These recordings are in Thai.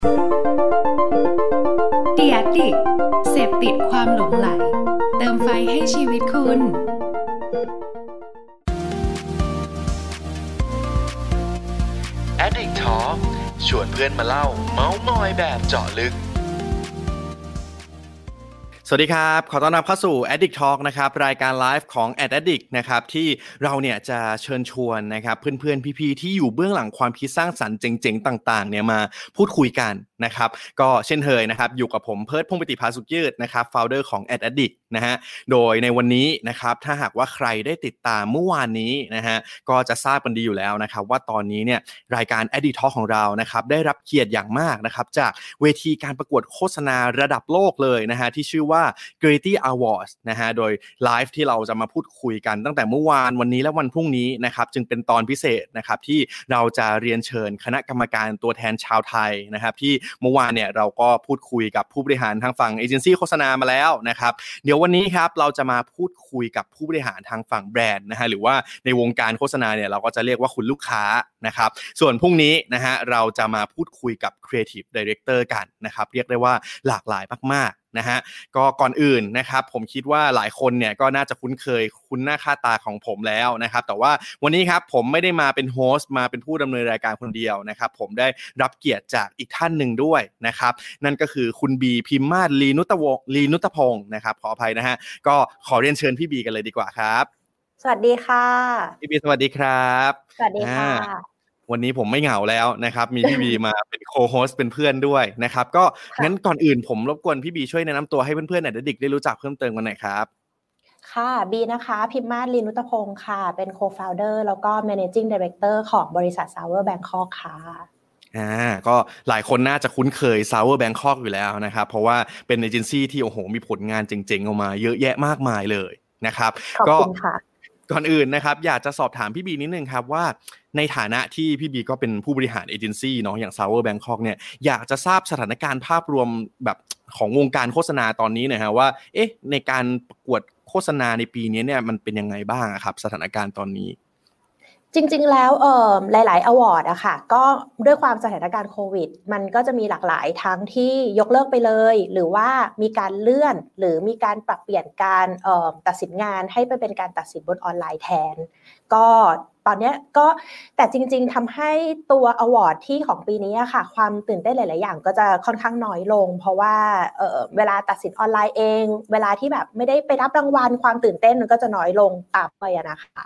The Addict เสพติดความหลงใหลเติมไฟให้ชีวิตคุณ Addict Talk ชวนเพื่อนมาเล่าเม้าท์มอยแบบเจาะลึกสวัสดีครับขอต้อนรับเข้าสู่ Addict Talk นะครับรายการไลฟ์ของ Addict นะครับที่เราเนี่ยจะเชิญชวนนะครับเพื่อนๆพี่ๆที่อยู่เบื้องหลังความคิดสร้างสรรค์เจ๋งๆต่างๆเนี่ยมาพูดคุยกันนะครับก็เช่นเคยนะครับอยู่กับผมเพิร์ทพงษ์ปิติภาสุขยืดนะครับ founder ของ Addict นะฮะโดยในวันนี้นะครับถ้าหากว่าใครได้ติดตามเมื่อวานนี้นะฮะก็จะทราบกันดีอยู่แล้วนะครับว่าตอนนี้เนี่ยรายการ Addict Talk ของเรานะครับได้รับเกียรติอย่างมากนะครับจากเวทีการประกวดโฆษณาระดับโลกเลยนะฮะที่ชื่อว่าCreative Awards นะฮะโดยไลฟ์ที่เราจะมาพูดคุยกันตั้งแต่เมื่อวานวันนี้และวันพรุ่งนี้นะครับจึงเป็นตอนพิเศษนะครับที่เราจะเรียนเชิญคณะกรรมการตัวแทนชาวไทยนะครับที่เมื่อวานเนี่ยเราก็พูดคุยกับผู้บริหารทางฝั่งเอเจนซี่โฆษณามาแล้วนะครับเดี๋ยววันนี้ครับเราจะมาพูดคุยกับผู้บริหารทางฝั่งแบรนด์นะฮะหรือว่าในวงการโฆษณาเนี่ยเราก็จะเรียกว่าคุณลูกค้านะครับส่วนพรุ่งนี้นะฮะเราจะมาพูดคุยกับ Creative Director กันนะครับเรียกได้ว่าหลากหลายมากๆนะฮะก็ก่อนอื่นนะครับผมคิดว่าหลายคนเนี่ยก็น่าจะคุ้นหน้าค่าตาของผมแล้วนะครับแต่ว่าวันนี้ครับผมไม่ได้มาเป็นโฮสต์มาเป็นผู้ดำเนินรายการคนเดียวนะครับผมได้รับเกียรติจากอีกท่านหนึ่งด้วยนะครับนั่นก็คือคุณบีพิมมาศลีนุตพงศ์นะครับขออภัยนะฮะก็ขอเรียนเชิญพี่บีกันเลยดีกว่าครับสวัสดีค่ะพี่บีสวัสดีครับสวัสดีค่ะวันนี้ผมไม่เหงาแล้วนะครับมีพี่บีมาเป็นโคโฮสต์เป็นเพื่อนด้วยนะครับก็งั้นก่อนอื่นผมรบกวนพี่บีช่วยแนะนำตัวให้เพื่อนๆAddictได้รู้จักเพิ่มเติมกันหน่อยครับค่ะบีนะคะพิมมาศลีนุตพงศ์ค่ะเป็น Co-founder แล้วก็ Managing Director ของบริษัท Sour Bangkok ค่ะก็หลายคนน่าจะคุ้นเคย Sour Bangkok อยู่แล้วนะครับเพราะว่าเป็นเอเจนซี่ที่โอ้โหมีผลงานเจ๋งๆออกมาเยอะแยะมากมายเลยนะครับขอบคุณค่ะก่อนอื่นนะครับอยากจะสอบถามพี่บีนิดนึงครับว่าในฐานะที่พี่บีก็เป็นผู้บริหารเอเจนซี่เนาะอย่าง Sour Bangkok เนี่ยอยากจะทราบสถานการณ์ภาพรวมแบบของวงการโฆษณาตอนนี้หน่อยฮะว่าในการประกวดโฆษณาในปีนี้เนี่ยมันเป็นยังไงบ้างครับสถานการณ์ตอนนี้จริงๆแล้วหลายๆอวอร์ดอะค่ะก็ด้วยความสถานการณ์โควิดมันก็จะมีหลากหลายทั้งที่ยกเลิกไปเลยหรือว่ามีการเลื่อนหรือมีการปรับเปลี่ยนการตัดสินงานให้ไปเป็นการตัดสินบนออนไลน์แทนก็ตอนนี้ก็แต่จริงๆทำให้ตัวอวอร์ดที่ของปีนี้อะค่ะความตื่นเต้นหลายๆอย่างก็จะค่อนข้างน้อยลงเพราะว่าเวลาตัดสินออนไลน์เองเวลาที่แบบไม่ได้ไปรับรางวัลความตื่นเต้นมันก็จะน้อยลงตามไปนะคะ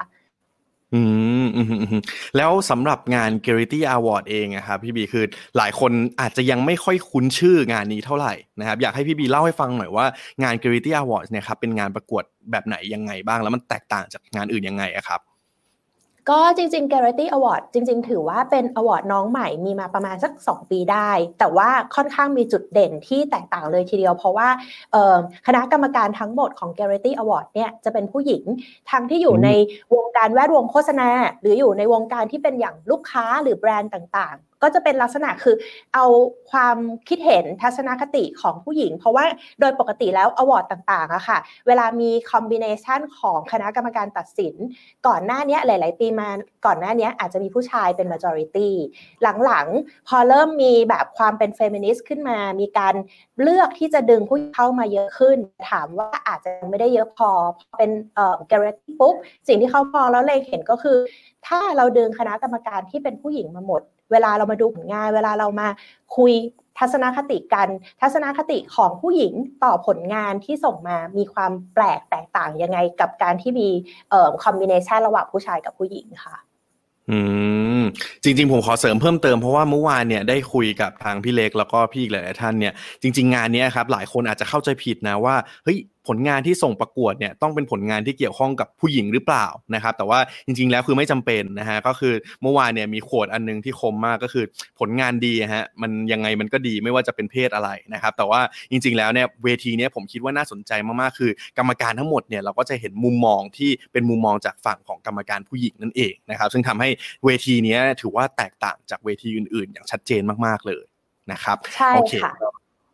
แล้วสำหรับงาน Creative Award เองอะครับพี่บีคือหลายคนอาจจะยังไม่ค่อยคุ้นชื่องานนี้เท่าไหร่นะครับอยากให้พี่บีเล่าให้ฟังหน่อยว่างาน Creative Award เนี่ยครับเป็นงานประกวดแบบไหนยังไงบ้างแล้วมันแตกต่างจากงานอื่นยังไงอะครับก็จริงๆ Clarity Award จริงๆถือว่าเป็นอวอร์ดน้องใหม่มีมาประมาณสัก2ปีได้แต่ว่าค่อนข้างมีจุดเด่นที่แตกต่างเลยทีเดียวเพราะว่าคณะกรรมการทั้งหมดของ Clarity Award เนี่ยจะเป็นผู้หญิงทั้งที่อยู่ในวงการแวดวงโฆษณาหรืออยู่ในวงการที่เป็นอย่างลูกค้าหรือแบรนด์ต่างๆก็จะเป็นลักษณะคือเอาความคิดเห็นทัศนคติของผู้หญิงเพราะว่าโดยปกติแล้วอวอร์ดต่างๆอะค่ะเวลามีคอมบิเนชันของคณะกรรมการตัดสินก่อนหน้านี้หลายๆปีมาก่อนหน้านี้อาจจะมีผู้ชายเป็น majority หลังๆพอเริ่มมีแบบความเป็นเฟมินิสต์ขึ้นมามีการเลือกที่จะดึงผู้เข้ามาเยอะขึ้นถามว่าอาจจะไม่ได้เยอะพอเป็นguarantee ปุ๊บสิ่งที่เขามองแล้วเลยเห็นก็คือถ้าเราดึงคณะกรรมการที่เป็นผู้หญิงมาหมดเวลาเรามาดูผลงานเวลาเรามาคุยทัศนคติกันทัศนคติของผู้หญิงต่อผลงานที่ส่งมามีความแปลกแตกต่างยังไงกับการที่มีคอมบิเนชันระหว่างผู้ชายกับผู้หญิงค่ะจริงๆผมขอเสริมเพิ่มเติมเพราะว่าเมื่อวานเนี่ยได้คุยกับทางพี่เล็กแล้วก็พี่อีกหลายๆท่านเนี่ยจริงๆงานนี้ครับหลายคนอาจจะเข้าใจผิดนะว่าเฮ้ยผลงานที่ส่งประกวดเนี่ยต้องเป็นผลงานที่เกี่ยวข้องกับผู้หญิงหรือเปล่านะครับแต่ว่าจริงๆแล้วคือไม่จำเป็นนะฮะก็คือเมื่อวานเนี่ยมีโค้ดอันนึงที่คมมากก็คือผลงานดีฮะมันยังไงมันก็ดีไม่ว่าจะเป็นเพศอะไรนะครับแต่ว่าจริงๆแล้วเนี่ยเวทีนี้ผมคิดว่าน่าสนใจมากๆคือกรรมการทั้งหมดเนี่ยเราก็จะเห็นมุมมองที่เป็นมุมมองจากฝั่งของกรรมการผู้หญิงนั่นเองนะครับซึ่งทำให้เวทีนี้ถือว่าแตกต่างจากเวทีอื่นๆอย่างชัดเจนมากๆเลยนะครับใช่ค่ะ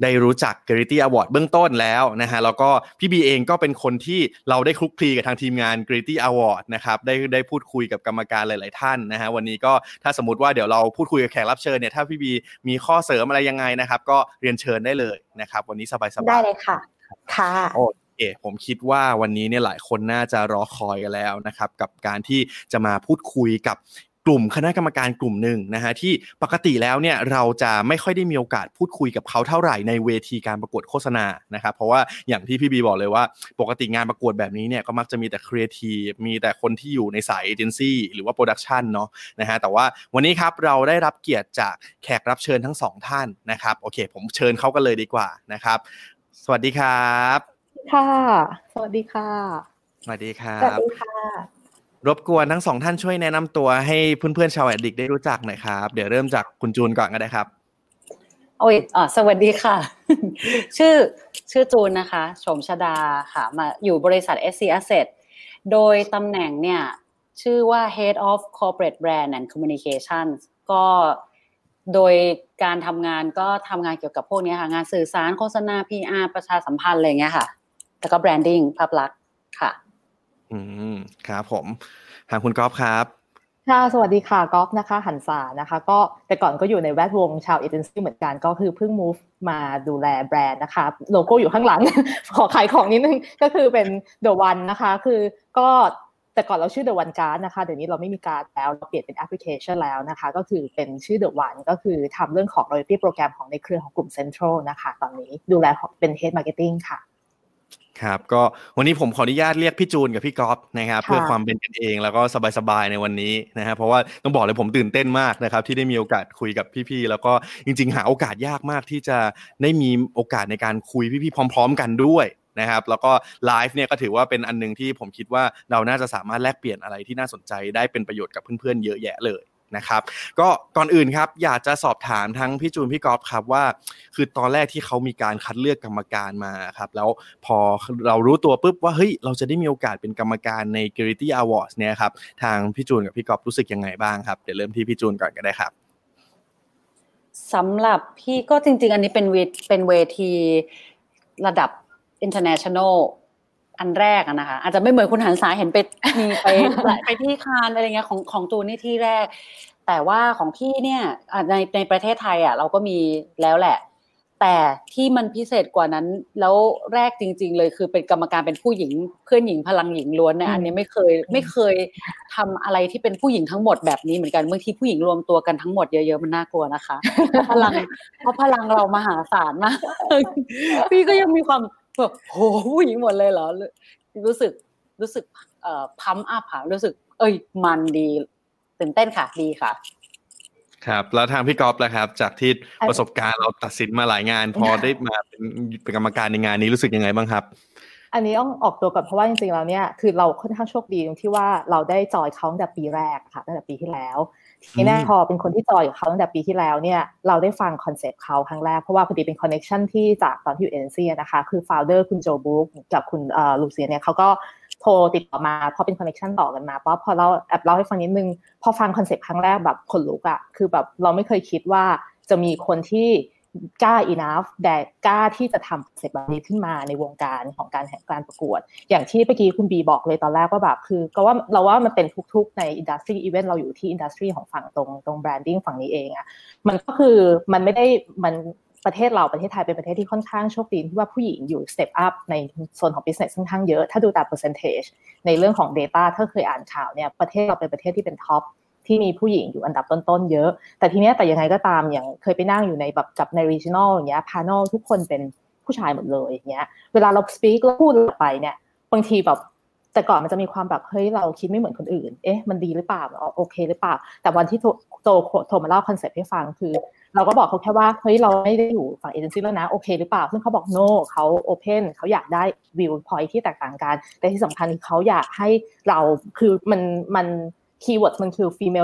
ได้รู้จัก Clarity Award เบื้องต้นแล้วนะฮะแล้วก็พี่บีเองก็เป็นคนที่เราได้คลุกคลีกับทางทีมงาน Clarity Award นะครับได้พูดคุยกับกรรมการหลายๆท่านนะฮะวันนี้ก็ถ้าสมมุติว่าเดี๋ยวเราพูดคุยกับแขกรับเชิญเนี่ยถ้าพี่บีมีข้อเสริมอะไรยังไงนะครับก็เรียนเชิญได้เลยนะครับวันนี้สบายๆได้เลยค่ะค่ะโอเคผมคิดว่าวันนี้เนี่ยหลายคนน่าจะรอคอยกันแล้วนะครับกับการที่จะมาพูดคุยกับกลุ่มคณะกรรมการกลุ่มหนึ่งนะฮะที่ปกติแล้วเนี่ยเราจะไม่ค่อยได้มีโอกาสพูดคุยกับเขาเท่าไหร่ในเวทีการประกวดโฆษณานะครับเพราะว่าอย่างที่พี่บีบอกเลยว่าปกติงานประกวดแบบนี้เนี่ยก็มักจะมีแต่ครีเอทีฟมีแต่คนที่อยู่ในสายเอเจนซี่หรือว่าโปรดักชันเนาะนะฮะแต่ว่าวันนี้ครับเราได้รับเกียรติจากแขกรับเชิญทั้งสองท่านนะครับโอเคผมเชิญเขากันเลยดีกว่านะครับสวัสดีครับค่ะสวัสดีค่ะสวัสดีครับสวัสดีค่ะรบกวนทั้งสองท่านช่วยแนะนำตัวให้เพื่อนๆชาวแอดดิกได้รู้จักหน่อยครับเดี๋ยวเริ่มจากคุณจูนก่อนก็ได้ครับโอ้ยสวัสดีค่ะ ชื่อจูนนะคะชมชดาค่ะมาอยู่บริษัท SC Asset โดยตำแหน่งเนี่ยชื่อว่า Head of Corporate Brand and Communications ก็โดยการทำงานก็ทำงานเกี่ยวกับพวกนี้ค่ะงานสื่อสารโฆษณา PR ประชาสัมพันธ์อะไรเงี้ยค่ะแล้วก็ branding ภาพลักษณ์ค่ะครับผมทางคุณก๊อฟครับค่ะสวัสดีค่ะก๊อฟนะคะหันษานะคะก็แต่ก่อนก็อยู่ในแวดวงชาวเอเจนซี่เหมือนกันก็คือเพิ่ง move มาดูแลแบรนด์นะคะโลโก้อยู่ข้างหลัง ขอขายของนิดนึงก็คือเป็น The One นะคะคือก็แต่ก่อนเราชื่อ The One Card นะคะเดี๋ยวนี้เราไม่มีการ์ดแล้วเราเปลี่ยนเป็นแอปพลิเคชันแล้วนะคะก็คือเป็นชื่อ The One ก็คือทำเรื่องของ loyalty โปรแกรมของในเครือของกลุ่ม Central นะคะตอนนี้ดูแลเป็น Head Marketing ค่ะครับก็วันนี้ผมขออนุญาตเรียกพี่จูนกับพี่ก๊อฟนะครับเพื่อความเป็นกันเองแล้วก็สบายๆในวันนี้นะฮะเพราะว่าต้องบอกเลยผมตื่นเต้นมากนะครับที่ได้มีโอกาสคุยกับพี่ๆแล้วก็จริงๆหาโอกาสยากมากที่จะได้มีโอกาสในการคุยพี่ๆพร้อมๆกันด้วยนะครับแล้วก็ไลฟ์เนี่ยก็ถือว่าเป็นอันนึงที่ผมคิดว่าเราน่าจะสามารถแลกเปลี่ยนอะไรที่น่าสนใจได้เป็นประโยชน์กับเพื่อนๆเยอะแยะเลยนะครับก็ก่อนอื่นครับอยากจะสอบถามทั้งพี่จูนพี่ก๊อฟครับว่าคือตอนแรกที่เขามีการคัดเลือกกรรมการมาครับแล้วพอเรารู้ตัวปุ๊บว่าเฮ้ยเราจะได้มีโอกาสเป็นกรรมการใน Clarity Awards เนี่ยครับทางพี่จูนกับพี่ก๊อฟรู้สึกยังไงบ้างครับเดี๋ยวเริ่มที่พี่จูนก่อนก็ได้ครับสำหรับพี่ก็จริงๆอันนี้เป็นเวทีระดับ international อันแรกนะคะอาจจะไม่เหมือนคุณหันษาเห็นมีไปที่คานอะไรเงี้ยของจูนนี่ที่แรกแต่ว่าของพี่เนี่ยในประเทศไทยเราก็มีแล้วแหละแต่ที่มันพิเศษกว่านั้นแล้วแรกจริงๆเลยคือเป็นกรรมการเป็นผู้หญิงเพื่อนหญิงพลังหญิงล้วนเนี่ยอันนี้ไม่เคยทำอะไรที่เป็นผู้หญิงทั้งหมดแบบนี้เหมือนกันบางทีผู้หญิงรวมตัวกันทั้งหมดเยอะๆมันน่ากลัวนะคะเพราะพลังเรามหาศาลมากพี่ก็ยังมีความแบบโหผู้หญิงหมดเลยเหรอรู้สึกพัมอัพค่ะรู้สึกมันดีตื่นเต้นค่ะดีค่ะครับแล้วทางพี่ก๊อฟล่ะครับจากที่ประสบการณ์เราตัดสินมาหลายงานพอได้มาเป็นกรรมการในงานนี้รู้สึกยังไงบ้างครับอันนี้ต้องออกตัวก่อนเพราะว่าจริงๆแล้วเนี่ยคือเราค่อนข้างโชคดีตรงที่ว่าเราได้จอยเขาตั้งแต่ปีแรกค่ะตั้งแต่ปีที่แล้วทีนี้พอเป็นคนที่จอยกับเขาตั้งแต่ปีที่แล้วเนี่ยเราได้ฟังคอนเซ็ปต์เขาครั้งแรกเพราะว่าพอดีเป็นคอนเนคชั่นที่จากตอนที่อยู่เอเจนซี่นะคะคือโฟลเดอร์คุณโจบุ๊กกับคุณลูเซียเนี่ยเขาก็โทรติดต่อมาเพราะเป็นคอนเนคชั่นต่อกันมาเพราะพอเราแอบเล่าให้ฟังนิดนึงพอฟังคอนเซ็ปต์ครั้งแรกแบบขนลุกอ่ะคือแบบเราไม่เคยคิดว่าจะมีคนที่กล้า enough แต่กล้าที่จะทำคอนเซ็ปต์แบบนี้ขึ้นมาในวงการของการประกวดอย่างที่เมื่อกี้คุณบีบอกเลยตอนแรกว่าแบบคือก็ว่าเราว่ามันเป็นทุกๆในอินดัสทรีอีเวนต์เราอยู่ที่อินดัสทรีของฝั่งตรงแบรนดิ้งฝั่งนี้เองอ่ะมันก็คือมันไม่ได้มันประเทศไทยเป็นประเทศที่ค่อนข้างโชคดีที่ว่าผู้หญิงอยู่ step up ในโซนของ business ค่อนข้างเยอะถ้าดูตาม percentage ในเรื่องของ data ถ้าเคยอ่านข่าวเนี่ยประเทศเราเป็นประเทศที่เป็นท็อปที่มีผู้หญิงอยู่อันดับต้นๆเยอะแต่ทีเนี้ยแต่ยังไงก็ตามอย่างเคยไปนั่งอยู่ในแบบกับใน regional อย่างเงี้ย panel ทุกคนเป็นผู้ชายหมดเลยอย่างเงี้ยเวลาเรา speak แล้วพูดไปเนี่ยบางทีแบบแต่ก่อนมันจะมีความแบบเฮ้ยเราคิดไม่เหมือนคนอื่นมันดีหรือเปล่าโอเคหรือเปล่าแต่วันที่โทรมาเล่าคอนเซ็ปต์ให้ฟังคือเราก็บอกเขาแค่ว่าเฮ้ยเราไม่ได้อยู่ฝั่งเอเจนซี่แล้วนะโอเคหรือเปล่าซึ่งเขาบอก no เขาโอเพนเขาอยากได้ view point ที่แตกต่างกันแต่ที่สำคัญคือเขาอยากให้เราคือมันคีย์เวิร์ดมันคือ female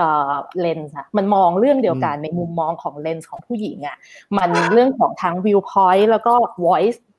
lens อะมันมองเรื่องเดียวกันในมุมมองของเลนส์ของผู้หญิงอะมันเรื่องของทั้ง view point แล้วก็ voice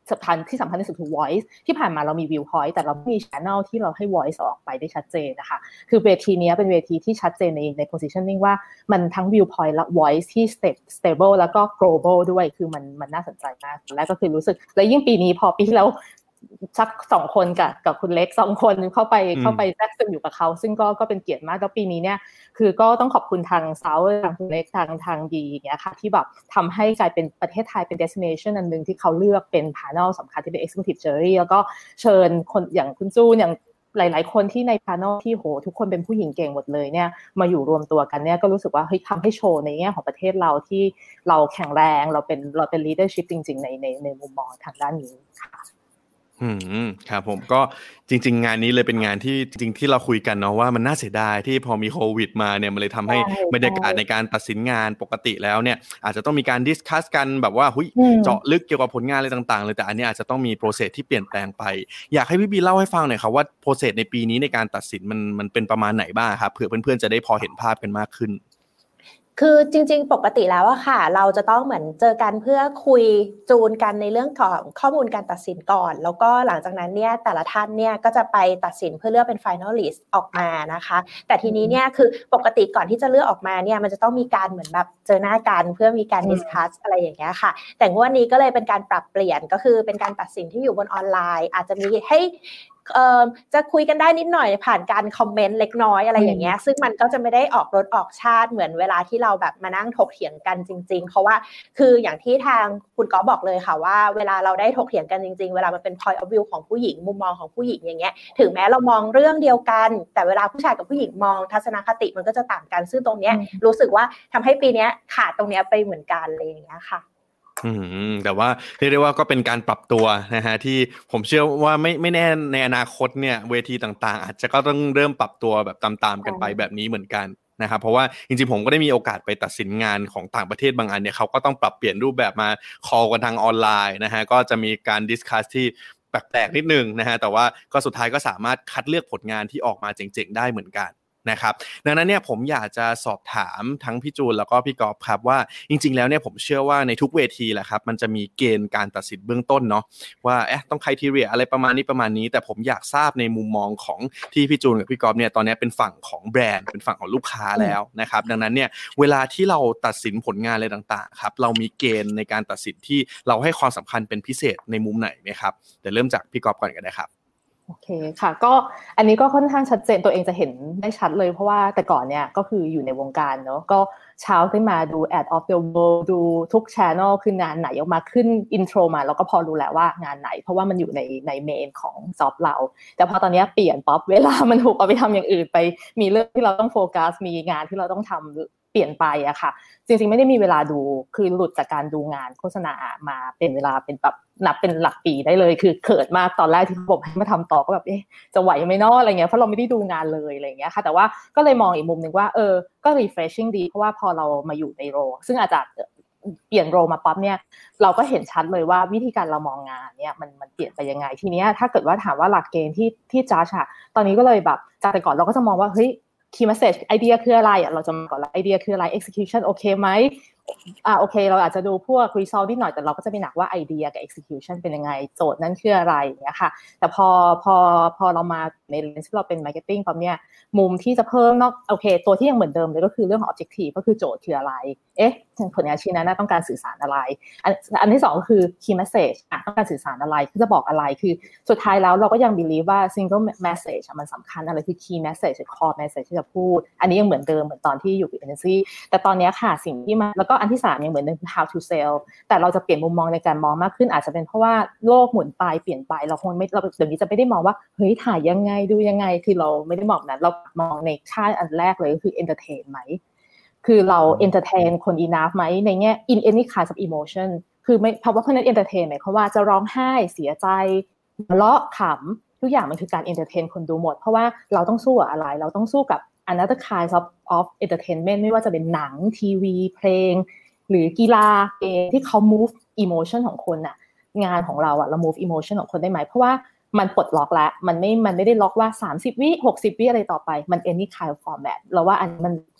ที่สำคัญที่สุดคือ voice ที่ผ่านมาเรามี viewpoint แต่เราไม่มี channel ที่เราให้ voice ออกไปได้ชัดเจนนะคะคือเวทีนี้เป็นเวทีที่ชัดเจนใน positioning ว่ามันทั้ง viewpoint และ voice ที่ stable แล้วก็ global ด้วยคือมันน่าสนใจมากและก็คือรู้สึกและยิ่งปีนี้พอปีที่แล้วสัก2คนกับคุณเล็ก2คนเข้าไปแทรกซึมอยู่กับเขาซึ่งก็เป็นเกียรติมากแล้วปีนี้เนี่ยคือก็ต้องขอบคุณทางเซาท์ทางคุณเล็กทางดีอย่างเงี้ยค่ะที่แบบทำให้กลายเป็นประเทศไทยเป็น destination อันนึงที่เขาเลือกเป็น panel สำคัญที่เป็น executive jury แล้วก็เชิญคนอย่างคุณจูนอย่างหลายๆคนที่ใน panel ที่โหทุกคนเป็นผู้หญิงเก่งหมดเลยเนี่ยมาอยู่รวมตัวกันเนี่ยก็รู้สึกว่าเฮ้ยทำให้โชว์ในแง่ของประเทศเราที่เราแข็งแรงเราเป็น leadership จริงๆในมุมมองทางด้านนี้ค่ะครับผมก็จริงๆงานนี้เลยเป็นงานที่จริงๆที่เราคุยกันเนาะว่ามันน่าเสียดายที่พอมีโควิดมาเนี่ยมันเลยทำให้บรรยากาศในการตัดสินงานปกติแล้วเนี่ยอาจจะต้องมีการดิสคัสกันแบบว่าเจาะลึกเกี่ยวกับผลงานอะไรต่างๆเลยแต่อันนี้อาจจะต้องมีโปรเซสที่เปลี่ยนแปลงไปอยากให้พี่บีเล่าให้ฟังหน่อยครับว่าโปรเซสในปีนี้ในการตัดสินมันเป็นประมาณไหนบ้างครับเผื่อเพื่อนๆจะได้พอเห็นภาพกันมากขึ้นคือจริงๆปกติแล้วอะค่ะเราจะต้องเหมือนเจอกันเพื่อคุยจูนกันในเรื่องของข้อมูลการตัดสินก่อนแล้วก็หลังจากนั้นเนี่ยแต่ละท่านเนี่ยก็จะไปตัดสินเพื่อเลือกเป็น finalist ออกมานะคะแต่ทีนี้เนี่ยคือปกติก่อนที่จะเลือกออกมาเนี่ยมันจะต้องมีการเหมือนแบบเจอหน้ากันเพื่อมีการ discuss อะไรอย่างเงี้ยค่ะแต่งวดนี้ก็เลยเป็นการปรับเปลี่ยนก็คือเป็นการตัดสินที่อยู่บนออนไลน์อาจจะมีให้จะคุยกันได้นิดหน่อยผ่านการคอมเมนต์เล็กน้อยอะไรอย่างเงี้ยซึ่งมันก็จะไม่ได้ออกรสออกชาติเหมือนเวลาที่เราแบบมานั่งถกเถียงกันจริงๆเพราะว่าคืออย่างที่ทางคุณก๊อฟบอกเลยค่ะว่าเวลาเราได้ถกเถียงกันจริงๆเวลามันเป็น point of view ของผู้หญิงมุมมองของผู้หญิงอย่างเงี้ยถึงแม้เรามองเรื่องเดียวกันแต่เวลาผู้ชายกับผู้หญิงมองทัศนคติมันก็จะต่างกันซึ่งตรงเนี้ยรู้สึกว่าทำให้ปีนี้ขาดตรงเนี้ยไปเหมือนกันเลยอย่างเงี้ยค่ะแต่ว่าเรียกได้ว่าก็เป็นการปรับตัวนะฮะที่ผมเชื่อว่าไม่แน่ในอนาคตเนี่ยเวทีต่างๆอาจจะก็ต้องเริ่มปรับตัวแบบตามๆกันไปแบบนี้เหมือนกันนะครับเพราะว่าจริงๆผมก็ได้มีโอกาสไปตัดสินงานของต่างประเทศบางอันเนี่ยเขาก็ต้องปรับเปลี่ยนรูปแบบมาคอลกันทางออนไลน์นะฮะก็จะมีการดิสคัสที่แปลกๆนิดนึงนะฮะแต่ว่าก็สุดท้ายก็สามารถคัดเลือกผลงานที่ออกมาเจ๋งๆได้เหมือนกันนะครับดังนั้นเนี่ยผมอยากจะสอบถามทั้งพี่จูนแล้วก็พี่กอล์ฟครับว่าจริงๆแล้วเนี่ยผมเชื่อว่าในทุกเวทีแหละครับมันจะมีเกณฑ์การตัดสินเบื้องต้นเนาะว่าต้อง criteria อะไรประมาณนี้แต่ผมอยากทราบในมุมมองของที่พี่จูนกับพี่กอล์ฟเนี่ยตอนนี้เป็นฝั่งของแบรนด์เป็นฝั่งของลูกค้าแล้วนะครับดังนั้นเนี่ยเวลาที่เราตัดสินผลงานอะไรต่างๆครับเรามีเกณฑ์ในการตัดสินที่เราให้ความสำคัญเป็นพิเศษในมุมไหนไหมครับเดี๋ยวเริ่มจากพี่กอล์ฟก่อนก็ได้ครับโอเคค่ะก็อันนี้ก็ค่อนข้างชัดเจนตัวเองจะเห็นได้ชัดเลยเพราะว่าแต่ก่อนเนี่ยก็คืออยู่ในวงการเนาะก็เช้าขึ้นมาดู Ad of the World ดูทุก channel คืองานไหนออกมาขึ้น intro มาแล้วก็พอรู้แล้วว่างานไหนเพราะว่ามันอยู่ในเมนของ job เราแต่พอตอนนี้เปลี่ยนป๊อปเวลามันถูกเอาไปทำอย่างอื่นไปมีเรื่องที่เราต้องโฟกัสมีงานที่เราต้องทำเปลี่ยนไปอะค่ะจริงๆไม่ได้มีเวลาดูคือหลุดจากการดูงานโฆษณามาเป็นเวลาเป็นแบบนับเป็นหลักปีได้เลยคือเขินมากตอนแรกที่ผมให้มาทำต่อก็แบบจะไหวไหมเนาะอะไรเงี้ยเพราะเราไม่ได้ดูงานเลยอะไรเงี้ยค่ะแต่ว่าก็เลยมองอีกมุมนึงว่าก็ refreshing ดีเพราะว่าพอเรามาอยู่ในโรซึ่งอาจจะเปลี่ยนโรมาปั๊บเนี่ยเราก็เห็นชัดเลยว่าวิธีการเรามองงานเนี่ยมันเปลี่ยนไปยังไงทีเนี้ยถ้าเกิดว่าถามว่าหลักเกณฑ์ที่จัดอะตอนนี้ก็เลยแบบจากแต่ก่อนเราก็จะมองว่าเฮ้ยkey message ไอเดียคืออะไรเราจะมาก่อนแล้วไอเดียคืออะไร execution โอเคไหมโอเคเราอาจจะดูพวก result นิดหน่อยแต่เราก็จะไปหนักว่าไอเดียกับ execution เป็นยังไงโจทย์นั้นคืออะไรอย่างเงี้ยค่ะแต่พอเรามาในเลนส์ที่เราเป็น marketing ปั๊บเนี่ยมุมที่จะเพิ่มนอกโอเคตัวที่ยังเหมือนเดิมเลยก็คือเรื่องของ objective ก็คือโจทย์คืออะไรผลงานชิ้นนั้นต้องการสื่อสารอะไรอันที่สองก็คือ key message ต้องการสื่อสารอะไรคือจะบอกอะไรคือสุดท้ายแล้วเราก็ยัง believe ว่า single message มันสำคัญอะไรคือ key message core message ที่จะพูดอันนี้ยังเหมือนเดิมเหมือนตอนที่อยู่กับ agency แต่ตอนนี้ค่ะสิ่งที่มาแล้วก็อันที่3ยังเหมือนเดิม how to sell แต่เราจะเปลี่ยนมุมมองในการมองมากขึ้นอาจจะเป็นเพราะว่าโลกหมุนไปเปลี่ยนไปเราคงไม่เราเดี๋ยวนี้จะไม่ได้มองว่าเฮ้ยถ่ายยังไงดูยังไงคือเราไม่ได้มองนั้นเรามองในค่าอันแรกเลยก็คือ entertain ไหมคือเรา entertain คน enough ไหมในแง่ in any kind of emotion คือไม่เพราะว่าเพราะนั้น entertain หมายความว่าจะร้องไห้เสียใจหัวเราะขำทุกอย่างมันคือการ entertain คนดูหมดเพราะว่าเราต้องสู้กับอะไรเราต้องสู้กับ another kind of entertainment ไม่ว่าจะเป็นหนังทีวีเพลงหรือกีฬาเกมที่เขา move emotion ของคนน่ะงานของเราเรา move emotion ของคนได้ไหมเพราะว่ามันปลดล็อกแล้วมันไม่ได้ล็อกว่า30วิ60วิอะไรต่อไปมัน any kind of format เราว่าอันมัน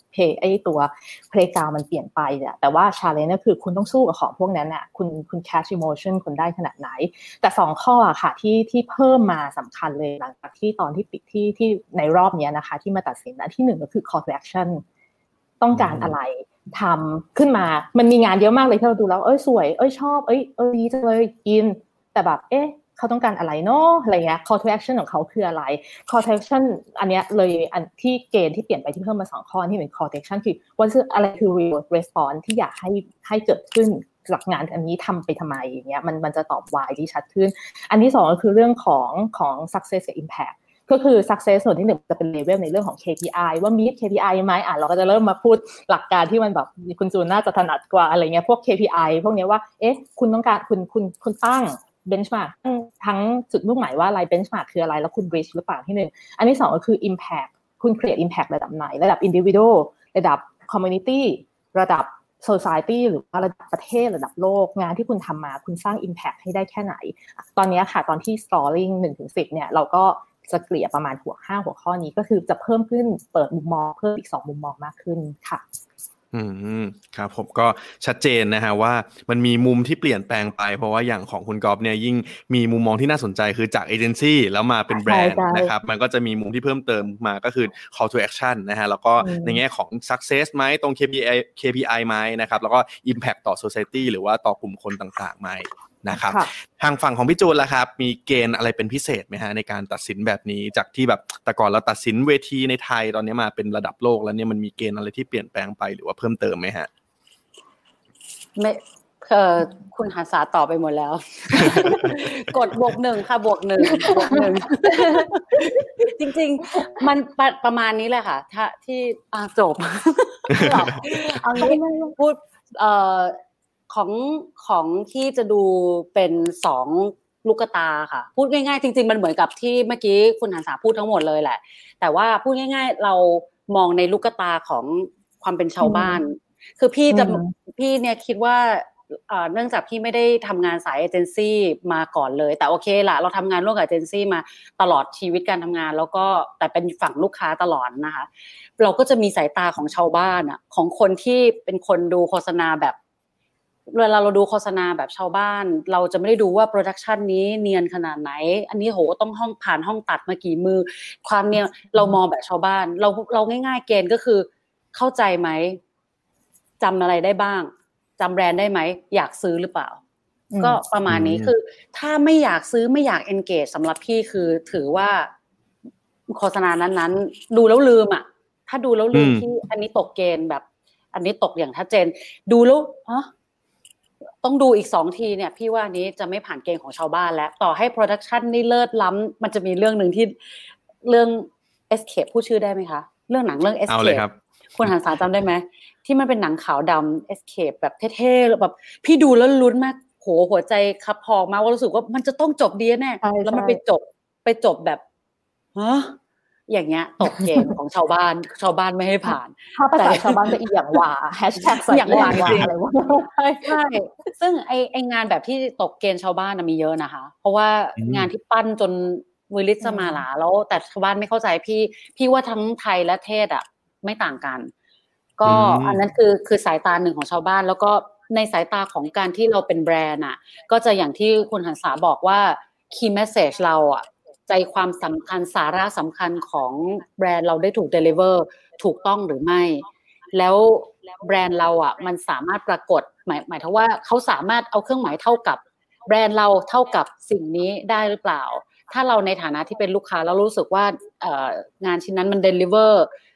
ไอ้ตัว playground มันเปลี่ยนไปเนี่ยแต่ว่า challenge ก็คือคุณต้องสู้กับของพวกนั้นน่ะคุณ catch emotion คุณได้ขนาดไหนแต่2ข้ออะค่ะที่เพิ่มมาสำคัญเลยหลังจากที่ตอนที่ปิดที่ในรอบนี้นะคะที่มาตัดสินอันที่1ก็คือ call to action ต้องการอะไรทำขึ้นมามันมีงานเยอะมากเลยที่เราดูแล้วสวยชอบดีจังเลยกินแต่แบบเขาต้องการอะไรเนาะอะไรเงี้ย call to action ของเขาคืออะไร call to action อันเนี้ยเลยอันที่เกณฑ์ที่เปลี่ยนไปที่เพิ่มมา2ข้อที่เป็น call to action คือว่าอะไรคือ real response ที่อยากให้เกิดขึ้นจากงานอันนี้ทำไปทำไมอย่างเงี้ยมันจะตอบ why ที่ชัดขึ้นอันที่2ก็คือเรื่องของ success กับ impactก็คือ success ส่วนที่1จะเป็น level ในเรื่องของ KPI ว่า meet KPI ไหมเราก็จะเริ่มมาพูดหลักการที่มันแบบคุณจูนน่าจะถนัดกว่าอะไรเงี้ยพวก KPI พวกนี้ว่าคุณต้องการคุณตั้ง benchmark ทั้งจุดมุ่งหมายว่าอะไร benchmark คืออะไรแล้วคุณ reach หรือเปล่าที่1อันที่2ก็คือ impact คุณ create impact ระดับไหนระดับ individual ระดับ community ระดับ society หรือระดับประเทศระดับโลกงานที่คุณทำมาคุณสร้าง impact ให้ได้แค่ไหนตอนนี้ค่ะตอนที่ scoring 1-10 เนี่ยเราก็จะเกลี่ยประมาณหัวข้อนี้ก็คือจะเพิ่มขึ้นเปิดมุมมองเพิ่มอีก2มุมมองมากขึ้นค่ะครับผมก็ชัดเจนนะฮะว่ามันมีมุมที่เปลี่ยนแปลงไปเพราะว่าอย่างของคุณก๊อฟเนี่ยยิ่งมีมุมมองที่น่าสนใจคือจากเอเจนซี่แล้วมาเป็นแบรนด์นะครับมันก็จะมีมุมที่เพิ่มเติมมาก็คือ call to action นะฮะแล้วก็ในแง่ของ success ไหมตรง KPI ไหมนะครับแล้วก็ impact ต่อ society หรือว่าต่อกลุ่มคนต่างๆไหมนะครับทางฝั่งของพี่จูนล่ะครับมีเกณฑ์อะไรเป็นพิเศษไหมฮะในการตัดสินแบบนี้จากที่แบบแต่ก่อนเราตัดสินเวทีในไทยตอนนี้มาเป็นระดับโลกแล้วเนี่ยมันมีเกณฑ์อะไรที่เปลี่ยนแปลงไปหรือว่าเพิ่มเติมไหมฮะไม่คุณหันษาตอบไปหมดแล้ว กด+1ค่ะ+1 จริงๆมันประมาณนี้แหละค่ะถ้าที่จบเอางี้พูดของที่จะดูเป็น2ลูกตาค่ะพูดง่ายๆจริงๆมันเหมือนกับที่เมื่อกี้คุณหันษาพูดทั้งหมดเลยแหละแต่ว่าพูดง่ายๆเรามองในลูกตาของความเป็นชาวบ้านคือพี่เนี่ยคิดว่าเนื่องจากพี่ไม่ได้ทำงานสายเอเจนซี่มาก่อนเลยแต่โอเคล่ะเราทำงานร่วมกับเอเจนซี่มาตลอดชีวิตการทำงานแล้วก็แต่เป็นฝั่งลูกค้าตลอดนะคะเราก็จะมีสายตาของชาวบ้านของคนที่เป็นคนดูโฆษณาแบบเวลาเราดูโฆษณาแบบชาวบ้านเราจะไม่ได้ดูว่าโปรดักชันนี้เนียนขนาดไหนอันนี้โหต้องผ่านห้องตัดมากี่มือความเนียนเรามองแบบชาวบ้านเราง่ายๆเกณฑ์ก็คือเข้าใจไหมจำอะไรได้บ้างจำแบรนด์ได้ไหมอยากซื้อหรือเปล่าก็ประมาณนี้คือถ้าไม่อยากซื้อไม่อยาก engage สำหรับพี่คือถือว่าโฆษณานั้นๆดูแล้วลืมถ้าดูแล้วลืมที่อันนี้ตกเกณฑ์แบบอันนี้ตกอย่างชัดเจนดูแล้วต้องดูอีก2ทีเนี่ยพี่ว่านี้จะไม่ผ่านเกณฑ์ของชาวบ้านแล้วต่อให้โปรดักชันนี่เลิศล้ำมันจะมีเรื่องนึงที่เรื่อง Escape พูดชื่อได้ไหมคะเรื่องหนังเรื่อง Escape คุณหันษาจำได้ไหมที่มันเป็นหนังขาวดำ Escape แบบเท่ๆแบบพี่ดูแล้วลุ้นมากหัวใจคับพองมากว่ารู้สึกว่ามันจะต้องจบดีแน่แล้วมันไปจบแบบอย่างเงี้ยตกเกณฑ์ของชาวบ้านไม่ให้ผ่านถ้าภาษาชาวบ้านจะอีกอย่างว่า#ใส่อย่างว่าอะไรวะใช่ซึ่งไองานแบบที่ตกเกณฑ์ชาวบ้านมีเยอะนะคะเพราะว่างานที่ปั้นจนวิลิสมาหลาแล้วแต่ชาวบ้านไม่เข้าใจพี่ว่าทั้งไทยและเทศไม่ต่างกันก็อันนั้นคือสายตาหนึ่งของชาวบ้านแล้วก็ในสายตาของการที่เราเป็นแบรนด์ก็จะอย่างที่คุณหันษาบอกว่า key message เราใจความสำคัญสาระสำคัญของแบรนด์เราได้ถูก deliver ถูกต้องหรือไม่แล้วแบรนด์เรามันสามารถปรากฏหมายถึงว่าเขาสามารถเอาเครื่องหมายเท่ากับแบรนด์เราเท่ากับสิ่งนี้ได้หรือเปล่าถ้าเราในฐานะที่เป็นลูกค้าแล้วรู้สึกว่างานชิ้นนั้นมัน deliver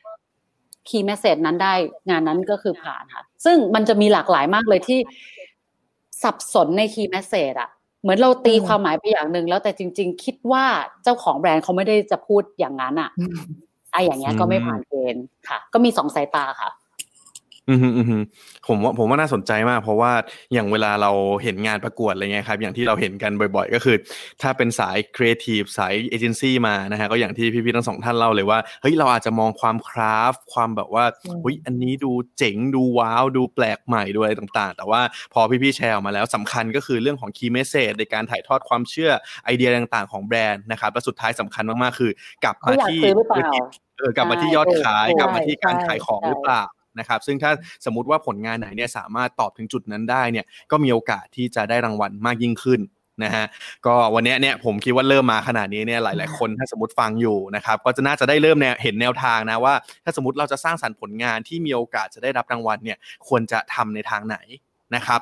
key message นั้นได้งานนั้นก็คือผ่านค่ะซึ่งมันจะมีหลากหลายมากเลยที่สับสนใน key message เหมือนเราตีความหมายไปอย่างนึงแล้วแต่จริงๆคิดว่าเจ้าของแบรนด์เขาไม่ได้จะพูดอย่างนั้นอย่างเงี้ยก็ไม่ผ่านเกณฑ์ค่ะก็มี2สายตาค่ะผมว่าน่าสนใจมากเพราะว่าอย่างเวลาเราเห็นงานประกวดอะไรเงี้ยครับอย่างที่เราเห็นกันบ่อยๆก็คือถ้าเป็นสายครีเอทีฟสายเอเจนซี่มานะฮะก็อย่างที่พี่ๆทั้งสองท่านเล่าเลยว่าเฮ้ยเราอาจจะมองความคราฟต์ความแบบว่าเฮ้ยอันนี้ดูเจ๋งดูว้าวดูแปลกใหม่ดูอะไรต่างๆแต่ว่าพอพี่ๆแชร์ออกมาแล้วสำคัญก็คือเรื่องของคีย์เมสเสจในการถ่ายทอดความเชื่อไอเดียต่างๆของแบรนด์นะครับและสุดท้ายสำคัญมากๆคือกลับมาที่กลับมาที่ยอดขายกลับมาที่การขายของหรือเปล่านะครับซึ่งถ้าสมมุติว่าผลงานไหนเนี่ยสามารถตอบถึงจุดนั้นได้เนี่ยก็มีโอกาสที่จะได้รางวัลมากยิ่งขึ้นนะฮะก็วันนี้เนี่ยผมคิดว่าเริ่มมาขนาดนี้เนี่ยหลายๆคนถ้าสมมติฟังอยู่นะครับก็จะน่าจะได้เริ่มเห็นแนวทางนะว่าถ้าสมมติเราจะสร้างสรรค์ผลงานที่มีโอกาสจะได้รับรางวัลเนี่ยควรจะทำในทางไหนนะครับ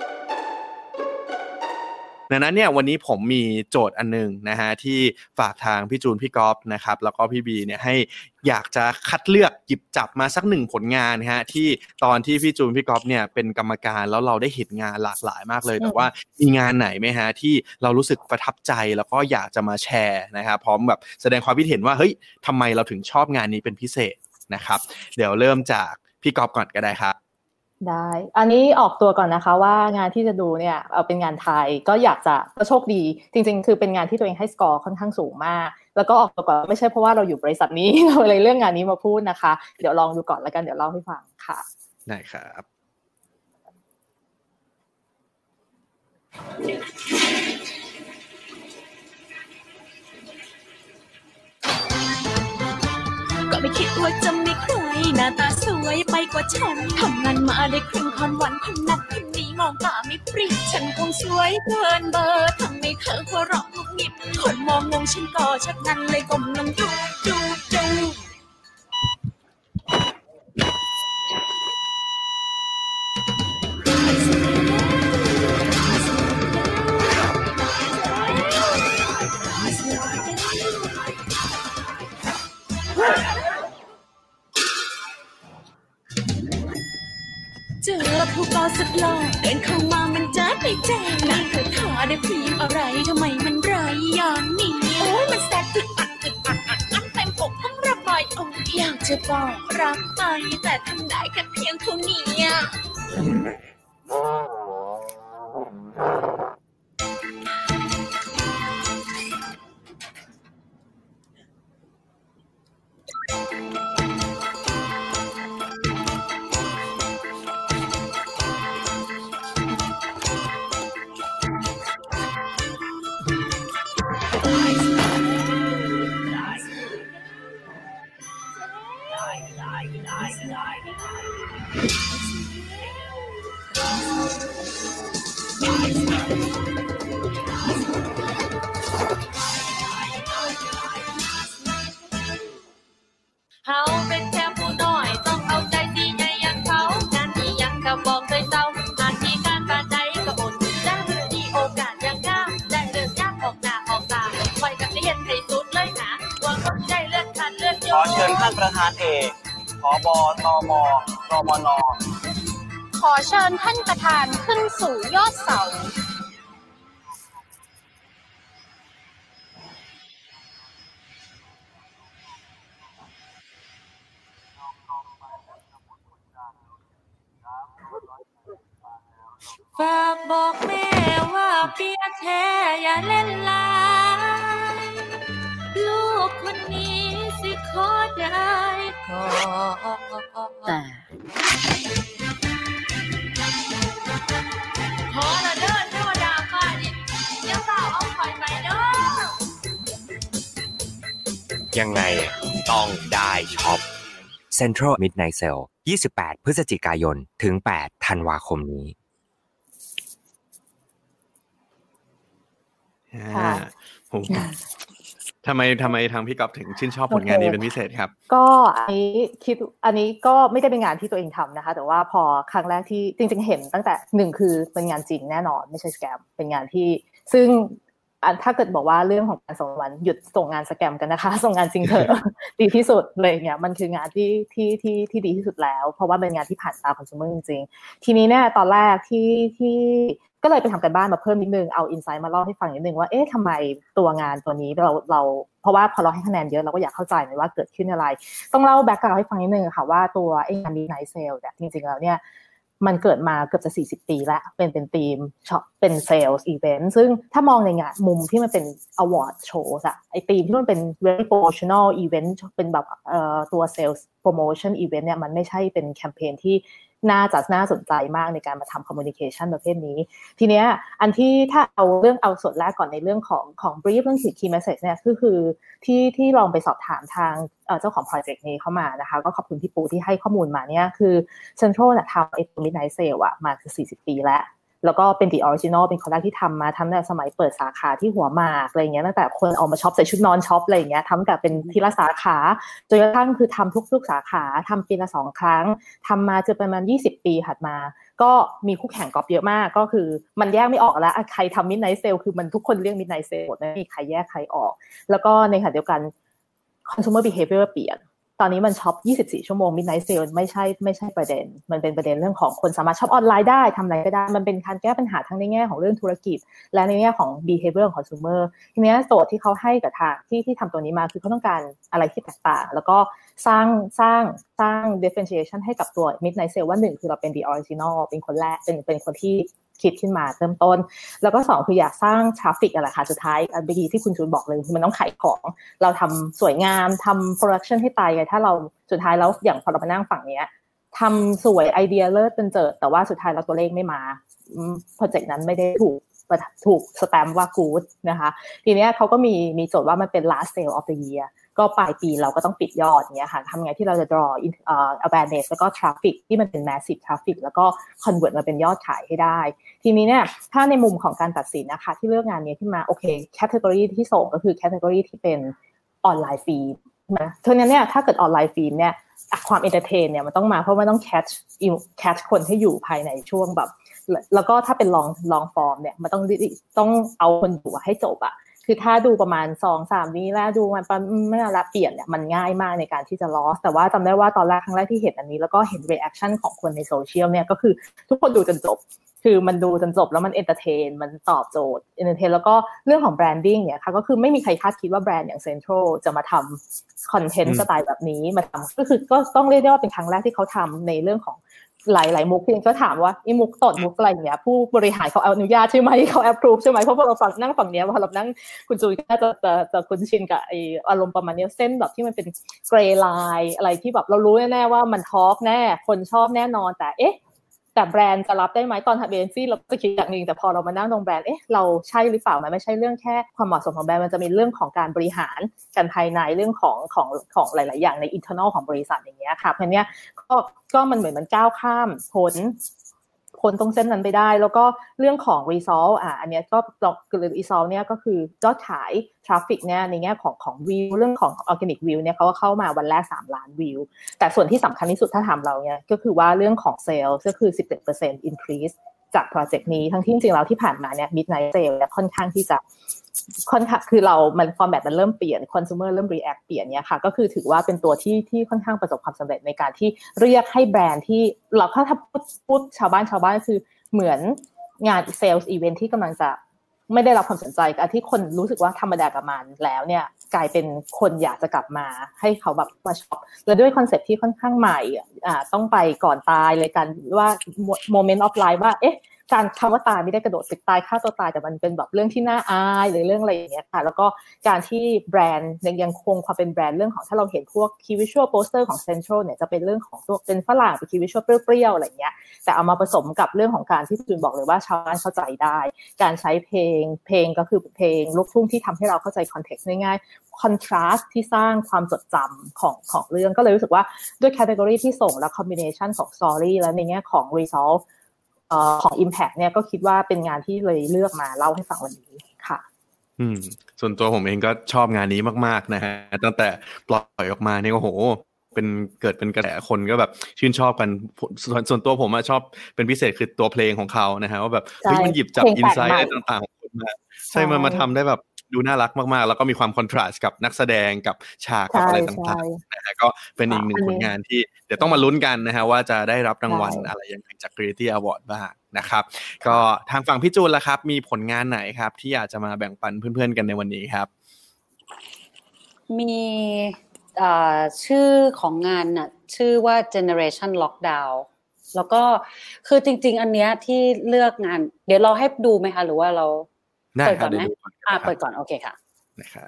ดังนั้นเนี่ยวันนี้ผมมีโจทย์อันนึงนะฮะที่ฝากทางพี่จูนพี่ก๊อฟนะครับแล้วก็พี่บีเนี่ยให้อยากจะคัดเลือกหยิบจับมาสักหนึ่งผลงานนะฮะที่ตอนที่พี่จูนพี่ก๊อฟเนี่ยเป็นกรรมการแล้วเราได้เห็นงานหลากหลายมากเลยแต่ว่ามีงานไหนไหมฮะที่เรารู้สึกประทับใจแล้วก็อยากจะมาแชร์นะครับพร้อมแบบแสดงความคิดเห็นว่าเฮ้ยทำไมเราถึงชอบงานนี้เป็นพิเศษนะครับเดี๋ยวเริ่มจากพี่ก๊อฟก่อนก็ได้ครับได้อันนี้ออกตัวก่อนนะคะว่างานที่จะดูเนี่ยเป็นงานไทยก็อยากจะก็โชคดีจริงๆคือเป็นงานที่ตัวเองให้สกอร์ค่อนข้างสูงมากแล้วก็ออกตัวก่อนไม่ใช่เพราะว่าเราอยู่บริษัทนี้เราเลยเรื่องงานนี้มาพูดนะคะเดี๋ยวลองดูก่อนแล้วกันเดี๋ยวเล่าให้ฟังค่ะได้ครับก็ไม่คิดว่าจะมีใครหน้าตาสวยไปกว่าฉันทำงานมาได้ครึ่งวันคนนั้นคนนี้มองตาไม่ปริฉันคงสวยเกินเบอร์ทำให้เธอหัวเราะงุบงิบคนมองงงฉันก็ชักนั้นเลยก้มลงดูเจอผู้บ่าวสุดหล่อเดินเข้ามามันจะไปแจ้งนางเธอขาได้พรีมอะไรทำไมมันไรอย่างนี้โอ้ยมันแสบอึดอัดเต็มอกต้องระบายออกอยากจะบอกรักไปแต่ทำได้แค่เพียงเท่านี้เขาเป็นแค่ผู้น้อยต้องเอาใจดีใหญ่อย่างเขางานที่ยังก็บอกเคยเศร้าหากมีการบาดใจก็บ่นจ้าที่โอกาสยังงามได้เลือกยากออกหน้าออกตาไว้กับเรียนให้สุดเลยนะว่าคนใจเลือดขาดเลือดโยขอเชิญท่านประธานเอกผบตมรมน.ขอเชิญท่านประธานขึ้นสู่ยอดเสาฝากบอกแม่ว่าเปียแท้อย่าเล่นลายลูกคนนี้สิขอได้ขอแต่ขอละเด้อเทวดาฟ้าดินอย่าเฝ้าเอาข่อยไปเด้อยังไงต้องได้ช็อป Central Midnight Sale 28 พฤศจิกายนถึง 8 ธันวาคมนี้ผมทำไมทางพี่ก๊อฟถึงชื่นชอบผลงานนี้เป็นพิเศษครับก็อันนี้ก็ไม่ได้เป็นงานที่ตัวเองทำนะคะแต่ว่าพอครั้งแรกที่จริงๆเห็นตั้งแต่1คือเป็นงานจริงแน่นอนไม่ใช่สแกมเป็นงานที่ซึ่งถ้าเกิดบอกว่าเรื่องของการส่งวันหยุดส่งงานสแกมกันนะคะส่งงานจริงเถอะ ดีที่สุดเลยเนี่ยมันคืองานที่ดีที่สุดแล้วเพราะว่าเป็นงานที่ผ่านตาคอน sumer จริงๆทีนี้เนี่ยตอนแรกที่ก็เลยไปทำกันบ้านมาเพิ่มนิดนึงเอาอินไซต์มาเล่าให้ฟังนิดนึงว่าเอ๊ะทำไมตัวงานตัวนี้เราเพราะว่าพอเราให้คะแนนเยอะเราก็อยากเข้าใจว่าเกิดขึ้นอะไรต้องเล่าแบ็คกราวด์ให้ฟังนิดนึงค่ะว่าตัวไอ้งาน Midnight Sale เนี่ยจริงๆแล้วเนี่ยมันเกิดมาเกือบจะ40ปีแล้วเป็นทีมช็อปเป็นเซลส์อีเวนต์ซึ่งถ้ามองในงานมุมที่มันเป็น award show อะไอ้ทีมที่มันเป็น very promotional event เป็นแบบตัว sales promotion event เนี่ยมันไม่ใช่เป็นแคมเปญที่น่าสนใจมากในการมาทำ communication ประเภทนี้ทีเนี้ยอันที่ถ้าเอาส่วนแรกก่อนในเรื่องของ brief เรื่อง key message เนี่ยคือที่ลองไปสอบถามทางเจ้าของ project นี้เข้ามานะคะก็ขอบคุณพี่ปูที่ให้ข้อมูลมาเนี่ยคือ Central เนี่ยทำไอ้ Midnight Sale อะมาคือ40ปีแล้วก็เป็น The Original เป็นคนแรกที่ทำมาทำในสมัยเปิดสาขาที่หัวหมากอะไรเงี้ยตั้งแต่คนออกมาช็อปใส่ชุดนอนช็อปอะไรเงี้ยทำกับเป็นทีละสาขาจนกระทั่งคือทำทุกๆสาขาทำปีละ2 ครั้งทำมาจนประมาณ20 ปีถัดมาก็มีคู่แข่งก๊อปเยอะมากก็คือมันแยกไม่ออกแล้วใครทำ Midnight Sale คือมันทุกคนเรียก Midnight Sale หมดไม่มีใครแยกใครออกแล้วก็ในขณะเดียวกัน consumer behavior เปลี่ยนตอนนี้มันช็อป24 ชั่วโมง Midnight Sale ไม่ใช่ประเด็นมันเป็นประเด็นเรื่องของคนสามารถช็อปออนไลน์ได้ทำอะไรก็ได้มันเป็นการแก้ปัญหาทั้งในแง่ของเรื่องธุรกิจและในแง่ของ behavior ของ consumer ทีนี้โจทย์ที่เขาให้กับทางที่ทำตัวนี้มาคือเขาต้องการอะไรที่แตกต่างแล้วก็สร้าง differentiation ให้กับตัว Midnight Sale ว่า1คือเราเป็น the original เป็นคนแรกเป็นคนที่คิดขึ้นมาเริ่มต้นแล้วก็2คืออยากสร้างทราฟฟิกอะไรค่ะสุดท้ายเมื่อกี้ที่คุณจูนบอกเลยคือมันต้องขายของเราทำสวยงามทำโปรดักชันให้ตายไงถ้าเราสุดท้ายแล้วอย่างพอเรามานั่งฝั่งเนี้ยทำสวยไอเดียเลิศเป็นเจิดแต่ว่าสุดท้ายแล้วตัวเลขไม่มาโปรเจกต์นั้นไม่ได้ถูกสแตมป์ว่า good นะคะทีนี้เขาก็มีโจทย์ว่ามันเป็น last sale of the year ก็ปลายปีเราก็ต้องปิดยอดอย่างเงี้ยค่ะทำไงที่เราจะ draw awareness แล้วก็ traffic ที่มันเป็น massive traffic แล้วก็ convert มาเป็นยอดขายให้ได้ทีนี้เนี่ยถ้าในมุมของการตัดสินนะคะที่เลือกงานนี้ขึ้นมาโอเค category ที่ส่งก็คือ category ที่เป็นออนไลน์ฟิล์มนะเพราะฉะนั้นเนี่ยถ้าเกิดออนไลน์ฟิล์มเนี่ยความ entertain เนี่ยมันต้องมาเพราะมันต้อง catch คนให้อยู่ภายในช่วงแบบแล้วก็ถ้าเป็น long form เนี่ยมันต้องเอาคนอยู่ให้จบอะคือถ้าดูประมาณ 2-3 วิแล้วดูมันไม่ละเปลี่ยนเนี่ยมันง่ายมากในการที่จะ loss แต่ว่าจำได้ว่าตอนแรกครั้งแรกที่เห็นอันนี้แล้วก็เห็น reaction ของคนในโซเชียลเนี่ยก็คือทุกคนดูจนจบคือมันดูจนจบแล้วมัน entertain มันตอบโจทย์ entertain แล้วก็เรื่องของ branding เนี่ยค่ะก็คือไม่มีใครคาดคิดว่าแบรนด์อย่าง Central จะมาทำคอนเทนต์สไตล์แบบนี้มาทำก็คือก็ต้องเรียกได้ว่าเป็นครั้งแรกที่เขาทำในเรื่องของหลายมุกเพียงก็ถามว่าไอ้มุกตดมุกอะไรอย่างเงี้ยผู้บริหารเขาอนุญาตใช่ไหมเขา approve ใช่ไหมเพราะพวกเรานั่งฝั่งเนี้ยพอเรานั่งคุณจุ้ยก็จะคุ้นชินกับไอ้อารมณ์ประมาณนี้เส้นแบบที่มันเป็นเกรย์ไลน์อะไรที่แบบเรารู้แน่ๆว่ามันทอล์กแน่คนชอบแน่นอนแต่แต่แบรนด์จะรับได้ไหมตอนทำเอเจนซี่เราจะคิดอย่างนึงแต่พอเรามานั่งตรงแบรนด์เราใช่หรือเปล่ามันไม่ใช่เรื่องแค่ความเหมาะสมของแบรนด์มันจะมีเรื่องของการบริหารการภายในเรื่องของหลายๆอย่างใน internal ของบริษัทอย่างเงี้ยค่ะเพราะเนี้ยก็มันเหมือนมันก้าวข้ามพ้นตรงเส้นนั้นไปได้แล้วก็เรื่องของ result อันเนี้ยก็result เนี่ยก็คือยอดขาย traffic เนี่ยในแง่ของ view เรื่องของ organic view เนี่ยเขาก็เข้ามาวันแรก3 ล้านวิวแต่ส่วนที่สำคัญที่สุดถ้าถามเราเนี่ยก็คือว่าเรื่องของ sales ก็คือ 17% increase จากโปรเจกต์นี้ทั้งที่จริงๆแล้วที่ผ่านมาเนี่ย midnight sale เนี่ยค่อนข้างคือมันฟอร์แมตมันเริ่มเปลี่ยน consumer เริ่ม react เปลี่ยนเนี่ยค่ะก็คือถือว่าเป็นตัวที่ค่อนข้างประสบความสำเร็จในการที่เรียกให้แบรนด์ที่เราถ้าพูดชาวบ้านคือเหมือนงาน sales event ที่กำลังจะไม่ได้รับความสนใจกับที่คนรู้สึกว่าธรรมดากับมันแล้วเนี่ยกลายเป็นคนอยากจะกลับมาให้เขาแบบมาช็อปและด้วยคอนเซ็ปต์ที่ค่อนข้างใหม่ต้องไปก่อนตายเลยกันว่า moment of life ว่าการคำว่าตายไม่ได้กระโดดตึกตายฆ่าตัวตายแต่มันเป็นแบบเรื่องที่น่าอายหรือเรื่องอะไรอย่างเงี้ยค่ะแล้วก็การที่แบรนด์ยังคงความเป็นแบรนด์เรื่องของถ้าเราเห็นพวก key visual poster ของ Central เนี่ยจะเป็นเรื่องของตัวเป็นฝรั่งเป็น key visual เปรี้ยวๆอะไรอย่างเงี้ยแต่เอามาผสมกับเรื่องของการที่จูนบอกเลยว่าชาวบ้านเข้าใจได้การใช้เพลงก็คือเพลงลูกทุ่งที่ทำให้เราเข้าใจ context ง่ายๆ contrast ที่สร้างความจดจำของเรื่องก็เลยรู้สึกว่าด้วย category ที่ส่งและ combination ของ story และในแง่ของ resultของ Impact เนี่ยก็คิดว่าเป็นงานที่เลยเลือกมาเล่าให้ฟังวันนี้ค่ะส่วนตัวผมเองก็ชอบงานนี้มากๆนะฮะตั้งแต่ปล่อยออกมาเนี่ยโอ้โหเกิดเป็นกระแสคนก็แบบชื่นชอบกันส่วนตัวผมชอบเป็นพิเศษคือตัวเพลงของเขานะฮะว่าแบบมันหยิบจับอินไซต์อะไรต่างๆของคนมาใช่มันมาทำได้แบบดูน่ารักมากๆแล้วก็มีความคอนทราสต์กับนักแสดงกับฉากกับอะไรต่างๆนะฮะก็เป็นอีกหนึ่งผลงานที่เดี๋ยวต้องมาลุ้นกันนะฮะว่าจะได้รับรางวัลอะไรยังไงจาก Creative Award บ้างนะครับก็ทางฝั่งพี่จูนล่ะครับมีผลงานไหนครับที่อยากจะมาแบ่งปันเพื่อนๆกันในวันนี้ครับมีชื่อของงานน่ะชื่อว่า Generation Lockdown แล้วก็คือจริงๆอันเนี้ยที่เลือกงานเดี๋ยวเราให้ดูไหมคะหรือว่าเราเปิดก่อนไหมเปิดก่อนโอเคค่ะนะครับ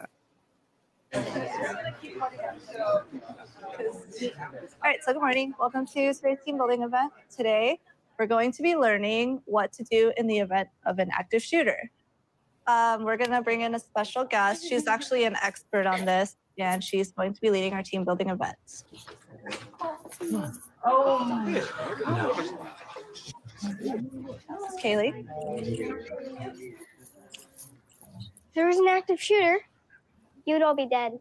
All right, so good morning. Welcome to today's team building event. Today, we're going to be learning what to do in the event of an active shooter. We're going to bring in a special guest. She's actually an expert on this, and she's going to be leading our team building events. This is Kaylee. If there was an active shooter, you would all be dead.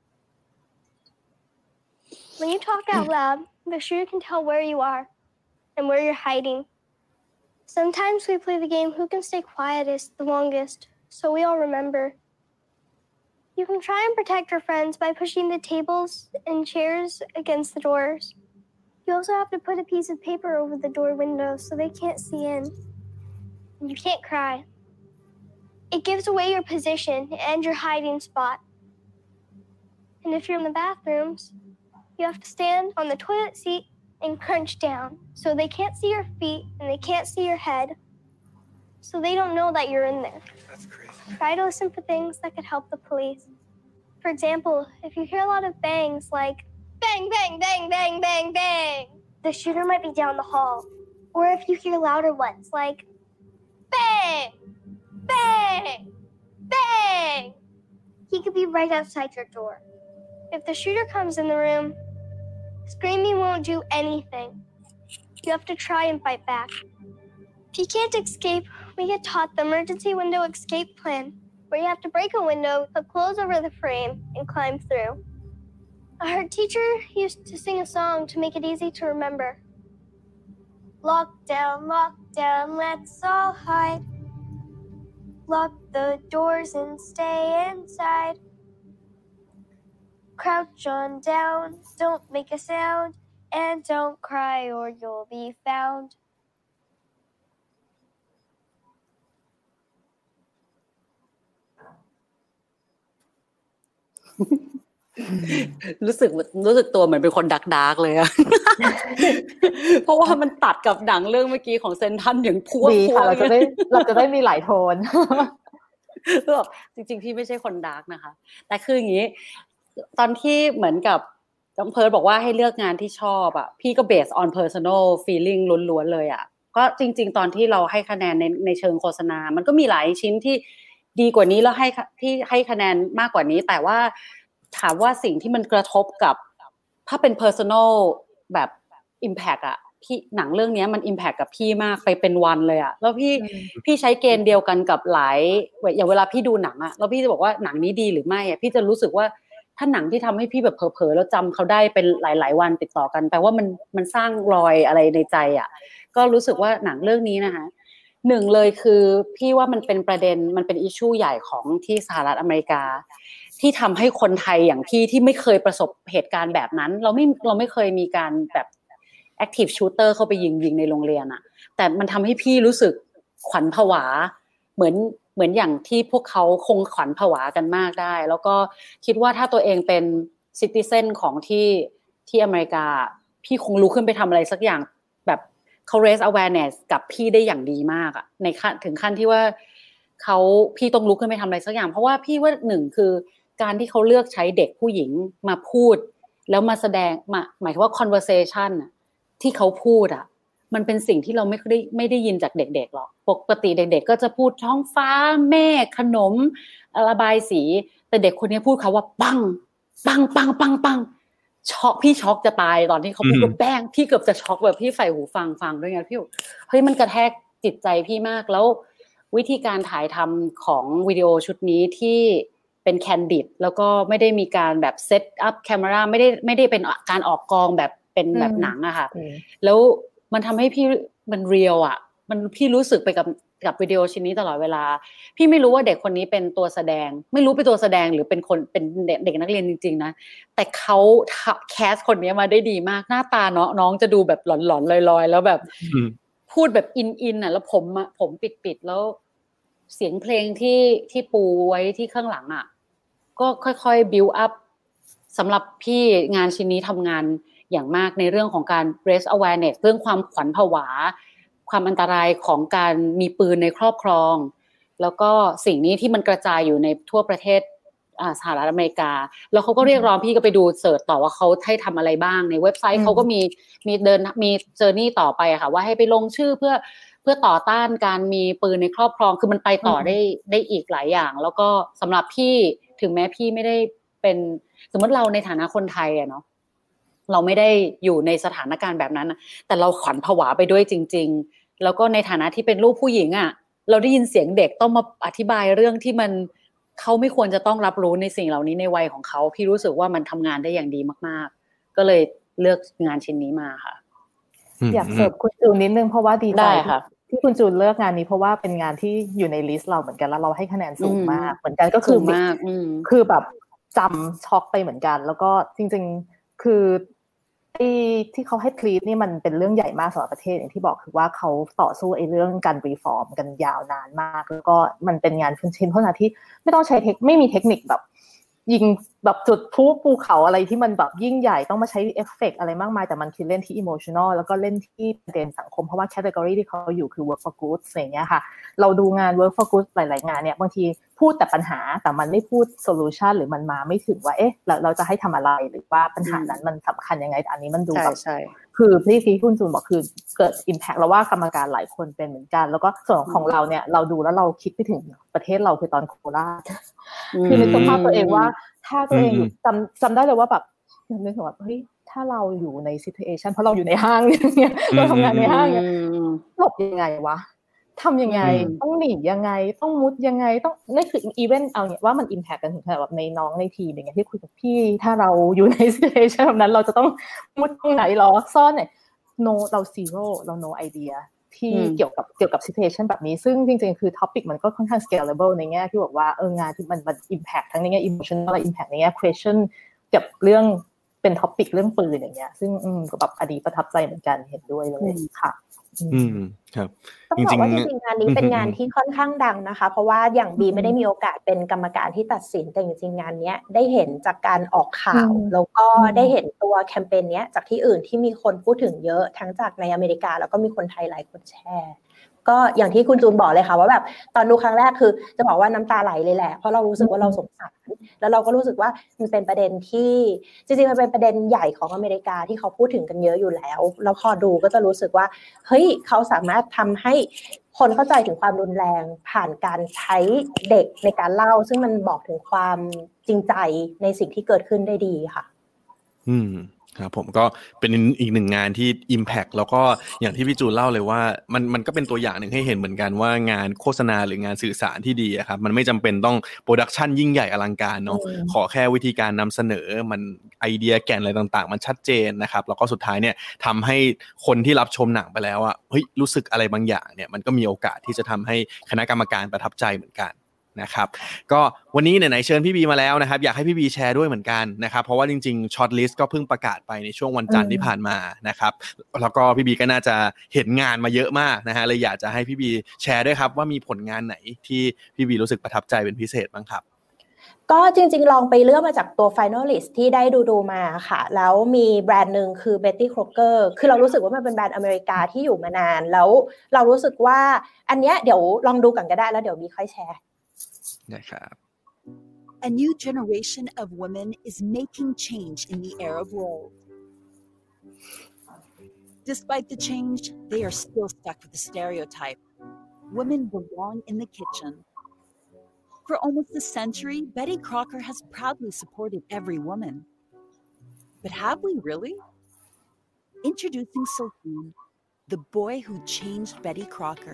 When you talk out loud, the shooter can tell where you are and where you're hiding. Sometimes we play the game who can stay quietest the longest, so we all remember. You can try and protect your friends by pushing the tables and chairs against the doors. You also have to put a piece of paper over the door window so they can't see in. And you can't cry. It gives away your position and your hiding spot. And if you're in the bathrooms, you have to stand on the toilet seat and crunch down so they can't see your feet and they can't see your head, so they don't know that you're in there. That's crazy. Try to listen for things that could help the police. For example, if you hear a lot of bangs like bang, bang, bang, bang, bang, bang, the shooter might be down the hall. Or if you hear louder ones like bang, bang, bang, he could be right outside your door. If the shooter comes in the room, screaming won't do anything. You have to try and fight back. If you can't escape, we get taught the emergency window escape plan, where you have to break a window, put clothes over the frame, and climb through. Our teacher used to sing a song to make it easy to remember. Lockdown, lockdown, let's all hide. Lock the doors and stay inside. Crouch on down, don't make a sound, and don't cry or you'll be found. รู้สึกตัวเหมือนเป็นคนดาร์กเลยอะ เพราะว่ามันตัดกับหนังเรื่องเมื่อกี้ของเซนทันอย่างพัวดีค่ะเราจะได้มีหลายโทนจริงๆพี่ไม่ใช่คนดาร์กนะคะแต่คืออย่างนี้ตอนที่เหมือนกับน้องเพิร์ทบอกว่าให้เลือกงานที่ชอบอ่ะพี่ก็ based on personal feeling ล้วนๆเลยอ่ะก็จริงๆตอนที่เราให้คะแนนในเชิงโฆษณามันก็มีหลายชิ้นที่ดีกว่านี้แล้วให้คะแนนมากกว่านี้แต่ว่าถามว่าสิ่งที่มันกระทบกับถ้าเป็น personal แบบ impact อ่ะพี่หนังเรื่องนี้มัน impact กับพี่มากไปเป็นวันเลยอ่ะแล้วพี่ใช้เกณฑ์เดียวกันกับหลายอย่างเวลาพี่ดูหนังอ่ะแล้วพี่จะบอกว่าหนังนี้ดีหรือไม่อ่ะพี่จะรู้สึกว่าถ้าหนังที่ทำให้พี่แบบเผลอๆแล้วจำเขาได้เป็นหลายๆวันติดต่อกันแปลว่ามันสร้างรอยอะไรในใจอ่ะก็รู้สึกว่าหนังเรื่องนี้นะคะหนึ่งเลยคือพี่ว่ามันเป็นประเด็นมันเป็นอิชชูใหญ่ของที่สหรัฐอเมริกาที่ทำให้คนไทยอย่างพี่ที่ไม่เคยประสบเหตุการณ์แบบนั้นเราไม่เคยมีการแบบ active shooter เข้าไปยิงในโรงเรียนอะแต่มันทำให้พี่รู้สึกขวัญผวาเหมือนอย่างที่พวกเขาคงขวัญผวากันมากได้แล้วก็คิดว่าถ้าตัวเองเป็น citizen ของที่อเมริกาพี่คงลุกขึ้นไปทำอะไรสักอย่างแบบเขา raise awareness กับพี่ได้อย่างดีมากอะในถึงขั้นที่ว่าพี่ต้องลุกขึ้นไปทำอะไรสักอย่างเพราะว่าพี่ว่าหนึ่งคือการที่เขาเลือกใช้เด็กผู้หญิงมาพูดแล้วมาแสดงหมายถึงว่า conversation ที่เขาพูดอะมันเป็นสิ่งที่เราไม่ได้ยินจากเด็กๆหรอกปกติเด็กๆก็จะพูดท้องฟ้าเมฆขนมระบายสีแต่เด็กคนนี้พูดคำว่าปังปังปังปังปังช็อกพี่ช็อกจะตายตอนที่เขาพูดว่าแป้งพี่เกือบจะช็อกแบบพี่ใส่หูฟังด้วยไงพี่เฮ้ยมันกระแทกจิตใจพี่มากแล้ววิธีการถ่ายทำของวิดีโอชุดนี้ที่เป็นแคนดิดแล้วก็ไม่ได้มีการแบบเซตอัพแคมราไม่ได้เป็นการออกกองแบบเป็นแบบหนังอะค่ะแล้วมันทำให้พี่มันเรียลอะมันพี่รู้สึกไปกับวิดีโอชิ้นนี้ตลอดเวลาพี่ไม่รู้ว่าเด็กคนนี้เป็นตัวแสดงไม่รู้เป็นตัวแสดงหรือเป็นคนเป็นเด็กนักเรียนจริงๆนะแต่เขาแคสคนนี้มาได้ดีมากหน้าตาน้องจะดูแบบหลอนๆลอยๆแล้วแบบพูดแบบอินอ่ะแล้วผมปิดแล้วเสียงเพลงที่ปูไว้ที่ข้างหลังอ่ะก็ค่อยๆ build up สำหรับพี่งานชิ้นนี้ทำงานอย่างมากในเรื่องของการ raise awareness เรื่องความขวัญผวาความอันตรายของการมีปืนในครอบครองแล้วก็สิ่งนี้ที่มันกระจายอยู่ในทั่วประเทศสหรัฐอเมริกาแล้วเขาก็เรียกร้องพี่ก็ไปดูเสิร์ชต่อว่าเขาให้ทำอะไรบ้างในเว็บไซต์เขาก็มีเจอร์นี่ต่อไปอะค่ะว่าให้ไปลงชื่อเพื่อต่อต้านการมีปืนในครอบครองคือมันไปต่อได้อีกหลายอย่างแล้วก็สำหรับพี่ถึงแม้พี่ไม่ได้เป็นสมมติเราในฐานะคนไทยอะเนาะเราไม่ได้อยู่ในสถานการณ์แบบนั้นแต่เราขวัญผวาไปด้วยจริงๆแล้วก็ในฐานะที่เป็นลูกผู้หญิงอะเราได้ยินเสียงเด็กต้องมาอธิบายเรื่องที่มันเขาไม่ควรจะต้องรับรู้ในสิ่งเหล่านี้ในวัยของเขาพี่รู้สึกว่ามันทำงานได้อย่างดีมากๆก็เลยเลือกงานชิ้นนี้มาค่ะอยากเสริมคุณจูนนิดนึงเพราะว่าดีใจที่คุณจูนเลือกงานนี้เพราะว่าเป็นงานที่อยู่ในลิสต์เราเหมือนกันแล้วเราให้คะแนนสูงมากเหมือนกันก็คือคือแบบจำช็อกไปเหมือนกันแล้วก็จริงๆคือที่เขาให้คลีดนี่มันเป็นเรื่องใหญ่มากสำหรับประเทศอย่างที่บอกคือว่าเขาต่อสู้เรื่องการรีฟอร์มกันยาวนานมากแล้วก็มันเป็นงานชิ้นโฆษณาที่ไม่ต้องใช้ไม่มีเทคนิคแบบยิงแบบจุดพลุภูเขาอะไรที่มันแบบยิ่งใหญ่ต้องมาใช้เอฟเฟกต์อะไรมากมายแต่มันคือเล่นที่อิโมชันนอลแล้วก็เล่นที่ประเด็นสังคมเพราะว่าแคตตากรีที่เขาอยู่คือ work for good อย่างเงี้ยค่ะเราดูงาน work for good หลายๆงานเนี่ยบางทีพูดแต่ปัญหาแต่มันไม่พูดโซลูชันหรือมันมาไม่ถึงว่าเอ๊ะเราจะให้ทำอะไรหรือว่าปัญหานั้นมันสำคัญยังไงอันนี้มันดูแบบคือที่คุณจูนบอกคือเกิด impact แล้วว่ากรรมการหลายคนเป็นเหมือนกันแล้วก็ส่วนของเราเนี่ยเราดูแล้วเราคิดไปถึงประเทศเราคือตอนโคราชคือในสภาพตัวเองว่าถ้าตัวเองอยู่จำได้เลยว่าแบบนึกถึงว่าเฮ้ยถ้าเราอยู่ใน situation เพราะเราอยู่ในห้างเนี่ยเราทำงานในห้างเนี่ยหลบยังไงวะทำยังไงต้องหนียังไงต้องมุดยังไงต้องนี่คืออีเวนต์เอาเนี่ยว่ามัน impact กันถึงขนาดแบบในน้องในทีมอย่างเงี้ยที่คุยกับพี่ถ้าเราอยู่ใน situation แบบนั้นเราจะต้องมุดตรงไหนหรอซ่อนไหน no เรา zero เรา no idea ที่เกี่ยวกับ situation แบบนี้ซึ่งจริงๆคือ topic มันก็ค่อนข้าง scalable ในแง่ที่บอกว่างานที่มัน impact ทั้งในแง่ emotional และ impact ในแง่ question กับเรื่องเป็น topic เรื่องปืนอย่างเงี้ยซึ่งก็แบบอดีประทับใจเหมือนกันเห็นด้วยเลยค่ะครับต้องบอกว่าจริงๆงานนี้เป็นงานที่ค่อนข้างดังนะคะเพราะว่าอย่างบีไม่ได้มีโอกาสเป็นกรรมการที่ตัดสินแต่จริงๆงานนี้ได้เห็นจากการออกข่าวแล้วก็ได้เห็นตัวแคมเปญนี้จากที่อื่นที่มีคนพูดถึงเยอะทั้งจากในอเมริกาแล้วก็มีคนไทยหลายคนแชร์ก็อย่างที่คุณจูนบอกเลยค่ะว่าแบบตอนดูครั้งแรกคือจะบอกว่าน้ำตาไหลเลยแหละเพราะเรารู้สึกว่าเราสงสารแล้วเราก็รู้สึกว่ามันเป็นประเด็นที่จริงๆมันเป็นประเด็นใหญ่ของอเมริกาที่เขาพูดถึงกันเยอะอยู่แล้วแล้วพอดูก็จะรู้สึกว่าเฮ้ยเขาสามารถทำให้คนเข้าใจถึงความรุนแรงผ่านการใช้เด็กในการเล่าซึ่งมันบอกถึงความจริงใจในสิ่งที่เกิดขึ้นได้ดีค่ะครับผมก็เป็นอีกหนึ่งงานที่ impact แล้วก็อย่างที่พี่จูนเล่าเลยว่ามันก็เป็นตัวอย่างหนึ่งให้เห็นเหมือนกันว่างานโฆษณาหรืองานสื่อสารที่ดีครับมันไม่จำเป็นต้องโปรดักชันยิ่งใหญ่อลังการเนาะขอแค่วิธีการนำเสนอมันไอเดียแก่นอะไรต่างๆมันชัดเจนนะครับแล้วก็สุดท้ายเนี่ยทำให้คนที่รับชมหนังไปแล้วอ่ะเฮ้ยรู้สึกอะไรบางอย่างเนี่ยมันก็มีโอกาสที่จะทำให้คณะกรรมการประทับใจเหมือนกันนะครับก็วันนี้ไหนๆเชิญพี่บีมาแล้วนะครับอยากให้พี่บีแชร์ด้วยเหมือนกันนะครับเพราะว่าจริงๆช็อตลิสต์ก็เพิ่งประกาศไปในช่วงวันจันทร์ที่ผ่านมานะครับแล้วก็พี่บีก็น่าจะเห็นงานมาเยอะมากนะฮะเลยอยากจะให้พี่บีแชร์ด้วยครับว่ามีผลงานไหนที่พี่บีรู้สึกประทับใจเป็นพิเศษบ้างครับก็จริงๆลองไปเลือกมาจากตัว finalist ที่ได้ดูมาค่ะแล้วมีแบรนด์นึงคือ Betty Crocker คือเรารู้สึกว่ามันเป็นแบรนด์อเมริกาที่อยู่มานานแล้วเรารู้สึกว่าอันเนี้ยเดี๋ยวลองดูกันก็ได้แล้วเดี๋ยวบีค่อยแชร์ A new generation of women is making change in the Arab world. Despite the change, they are still stuck with the stereotype. Women belong in the kitchen. For almost a century, Betty Crocker has proudly supported every woman. But have we really? Introducing Sultan, the boy who changed Betty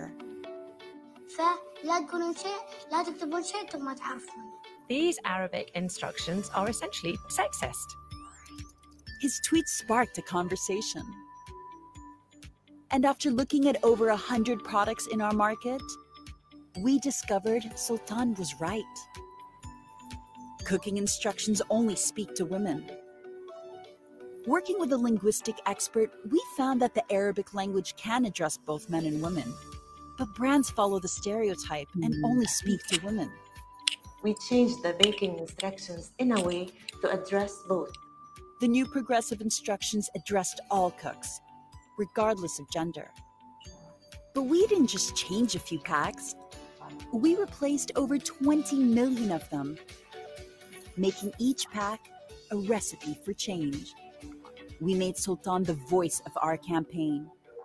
Crocker.These Arabic instructions are essentially sexist. His tweet sparked a conversation. And after looking at over 100 products in our market, we discovered Sultan was right. Cooking instructions only speak to women. Working with a linguistic expert, we found that the Arabic language can address both men and women, but brands follow the stereotype and only speak to women. We changed the baking instructions in a way to address both. The new progressive instructions addressed all cooks, regardless of gender. But we didn't just change a few packs. We replaced over 20 million of them, making each pack a recipe for change. We made Sultan the voice of our campaign.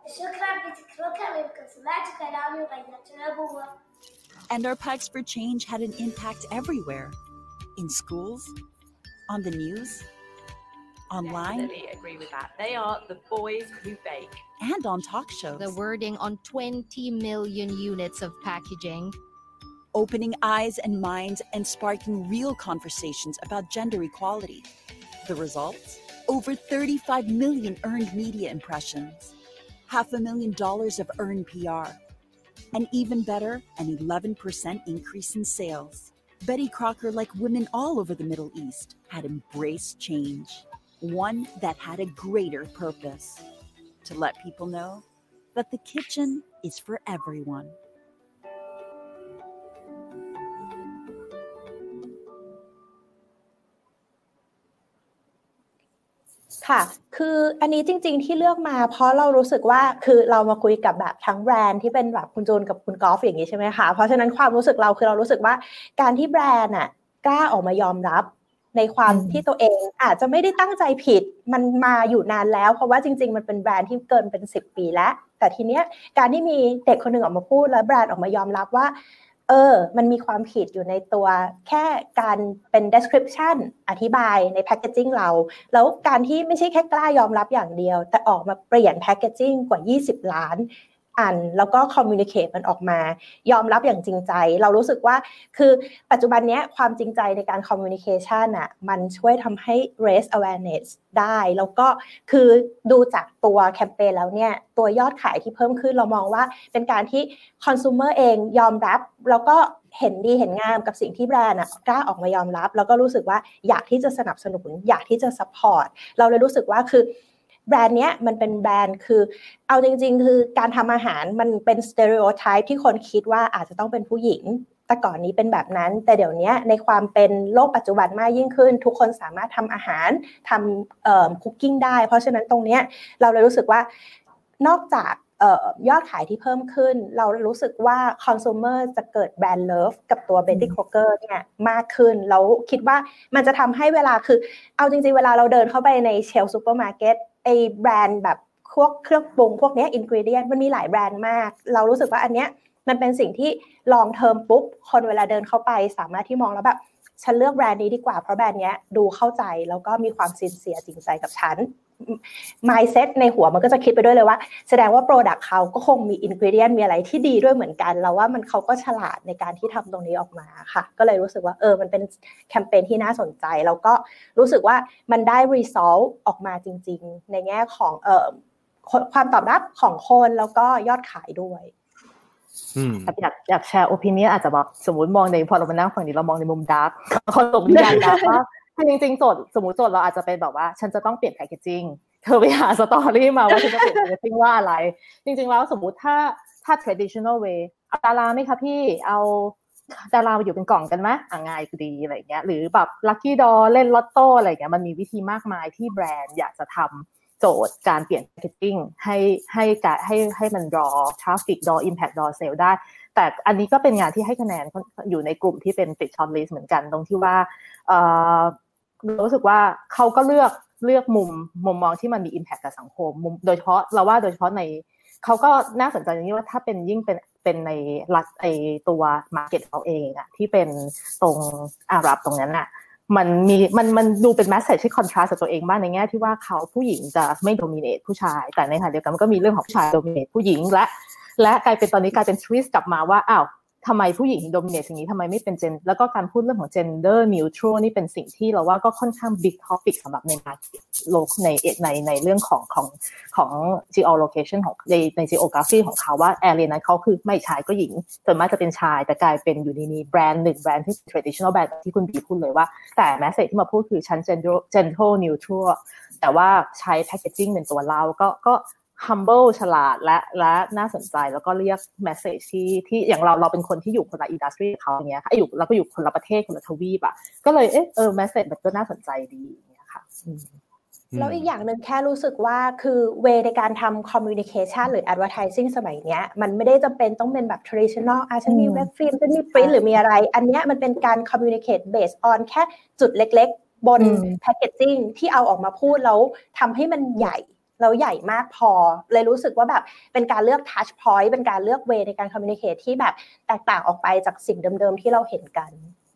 And our Packs for Change had an impact everywhere. In schools, on the news, online. Definitely agree with that. They are the boys who bake. And on talk shows. The wording on 20 million units of packaging. Opening eyes and minds and sparking real conversations about gender equality. The results? Over 35 million earned media impressions, $500,000 of earned PR, and even better, an 11% increase in sales. Betty Crocker, like women all over the Middle East, had embraced change, one that had a greater purpose, to let people know that the kitchen is for everyone. ค่ะคืออันนี้จริงๆที่เลือกมาเพราะเรารู้สึกว่าคือเรามาคุยกับแบบทั้งแบรนด์ที่เป็นแบบคุณจูนกับคุณกอล์ฟอย่างนี้ใช่ไหมคะเพราะฉะนั้นความรู้สึกเราคือเรารู้สึกว่าการที่แบรนด์กล้าออกมายอมรับในความที่ตัวเองอาจจะไม่ได้ตั้งใจผิดมันมาอยู่นานแล้วเพราะว่าจริงๆมันเป็นแบรนด์ที่เกินเป็น10 ปีแล้วแต่ทีเนี้ยการที่มีเด็กคนนึงออกมาพูดแล้วแบรนด์ออกมายอมรับว่ามันมีความผิดอยู่ในตัวแค่การเป็น description อธิบายใน packaging เราแล้วการที่ไม่ใช่แค่กล้ายอมรับอย่างเดียวแต่ออกมาเปลี่ยน packaging กว่า20 ล้านอันแล้วก็ communicate มันออกมายอมรับอย่างจริงใจเรารู้สึกว่าคือปัจจุบันนี้ความจริงใจในการ communication มันช่วยทำให้ raise awareness ได้แล้วก็คือดูจากตัวแคมเปญแล้วเนี่ยตัวยอดขายที่เพิ่มขึ้นเรามองว่าเป็นการที่ consumer เองยอมรับแล้วก็เห็นดีเห็นงามกับสิ่งที่แบรนด์กล้าออกมายอมรับแล้วก็รู้สึกว่าอยากที่จะสนับสนุนอยากที่จะ support เราเลยรู้สึกว่าคือแบรนด์เนี้ยมันเป็นแบรนด์คือเอาจริงๆคือการทำอาหารมันเป็นสเตอริโอไทป์ที่คนคิดว่าอาจจะต้องเป็นผู้หญิงแต่ก่อนนี้เป็นแบบนั้นแต่เดี๋ยวนี้ในความเป็นโลกปัจจุบันมากยิ่งขึ้นทุกคนสามารถทำอาหารทำคุกกิ้งได้เพราะฉะนั้นตรงเนี้ยเราเลยรู้สึกว่านอกจากยอดขายที่เพิ่มขึ้นเรารู้สึกว่าคอน sumer จะเกิดแบรนด์เลิฟกับตัว Betty Crocker เนี่ยมากขึ้นแล้วคิดว่ามันจะทำให้เวลาคือเอาจริงๆเวลาเราเดินเข้าไปในเชลฟ์ซูเปอร์มาร์เก็ตไอ้แบรนด์แบบพวกเครื่องปรุงพวกนี้อินกรีเดียนมันมีหลายแบรนด์มากเรารู้สึกว่าอันเนี้ยมันเป็นสิ่งที่ลองเทอมปุ๊บคนเวลาเดินเข้าไปสามารถที่มองแล้วแบบฉันเลือกแบรนด์นี้ดีกว่าเพราะแบรนด์เนี้ยดูเข้าใจแล้วก็มีความซินเซียร์จริงใจกับฉัน mindset ในหัวมันก็จะคิดไปด้วยเลยว่าแสดงว่า product เขาก็คงมี ingredient มีอะไรที่ดีด้วยเหมือนกันแล้วว่ามันเขาก็ฉลาดในการที่ทำตรงนี้ออกมาค่ะก็เลยรู้สึกว่ามันเป็นแคมเปญที่น่าสนใจแล้วก็รู้สึกว่ามันได้ result ออกมาจริงๆในแง่ของความตอบรับของคนแล้วก็ยอดขายด้วยอยากแชร์ opinion อาจจะแบบสมมุติมองในพอเรามานั่งฝั่งนี้เรามองในมุมดาร์กคนตกวิญญาณดาร์กว่าจริงๆโจทย์สมมุติโจทย์เราอาจจะเป็นแบบว่าฉันจะต้องเปลี่ยนแพคเกจจิ้งเธอไปหาสตอรี่มาว่าฉันจะเปลี่ยนแพคเกจจิ้งว่าอะไรจริงๆแล้วสมมุติถ้า traditional way เอาดาราไหมคะพี่เอาดารามาอยู่เป็นกล่องกันไหมง่ายคือดีอะไรเงี้ยหรือแบบ lucky draw เล่นลอตโต้อะไรเงี้ยมันมีวิธีมากมายที่แบรนด์อยากจะทำโจทย์การเปลี่ยนแพคเกจจิ้งให้มัน draw traffic draw impact draw sale ได้แต่อันนี้ก็เป็นงานที่ให้คะแนนอยู่ในกลุ่มที่เป็นติดช็อตลิสต์เหมือนกันตรงที่ว่ารู้สึกว่าเขาก็เลือกมุมมองที่มันมี impact กับสังคมโดยเฉพาะเราว่าโดยเฉพาะในเขาก็น่าสนใจอย่างนี้ว่าถ้าเป็นยิ่งเป็นในรัฐตัว market เขาเองที่เป็นตรงอาหรับตรงนั้นมันดูเป็น message ที่ contrast กับตัวเองบ้างในแง่ที่ว่าเขาผู้หญิงจะไม่ dominate ผู้ชายแต่ในขณะเดียวกันมันก็มีเรื่องของผู้ชาย dominate ผู้หญิงและกลายเป็นตอนนี้กลายเป็น twist กลับมาว่าอ้าวทำไมผู้หญิงโดมิเนตสิ่งนี้ทำไมไม่เป็นแล้วก็การพูดเรื่องของ gender neutral นี่เป็นสิ่งที่เราว่าก็ค่อนข้าง big topic สำหรับในในเรื่องของ geolocation ของใน geography ของเขาว่า area นั้นเขาคือไม่ชายก็หญิงส่วนมากจะเป็นชายแต่กลายเป็นอยู่ในแบรนด์แบรนด์ที่ traditional brand ที่คุณบีพูดเลยว่าแต่ message ที่มาพูดคือฉัน gender neutral แต่ว่าใช้ packaging เป็นตัวเราก็humble ฉลาดและน่าสนใจแล้วก็เรียก message ที่อย่างเราเป็นคนที่อยู่คนละ industry เขาอย่างเงี้ยค่ะเราก็อยู่คนละประเทศคนละทวีปอ่ะก็เลยmessage มันก็น่าสนใจดีอย่างเงี้ยค่ะแล้วอีกอย่างนึงแค่รู้สึกว่าคือเวในการทำ communication หรือ advertising สมัยเนี้ยมันไม่ได้จำเป็นต้องเป็นแบบ traditional ฉันมีเว็บฟิล์มฉันมี print หรือมีอะไรอันเนี้ยมันเป็นการ communicate based on แค่จุดเล็กๆบน packaging ที่เอาออกมาพูดแล้วทำให้มันใหญ่แล้วใหญ่มากพอเลยรู้สึกว่าแบบเป็นการเลือก touch point เป็นการเลือก way ในการ communicate ที่แบบแตกต่างออกไปจากสิ่งเดิมๆที่เราเห็นกัน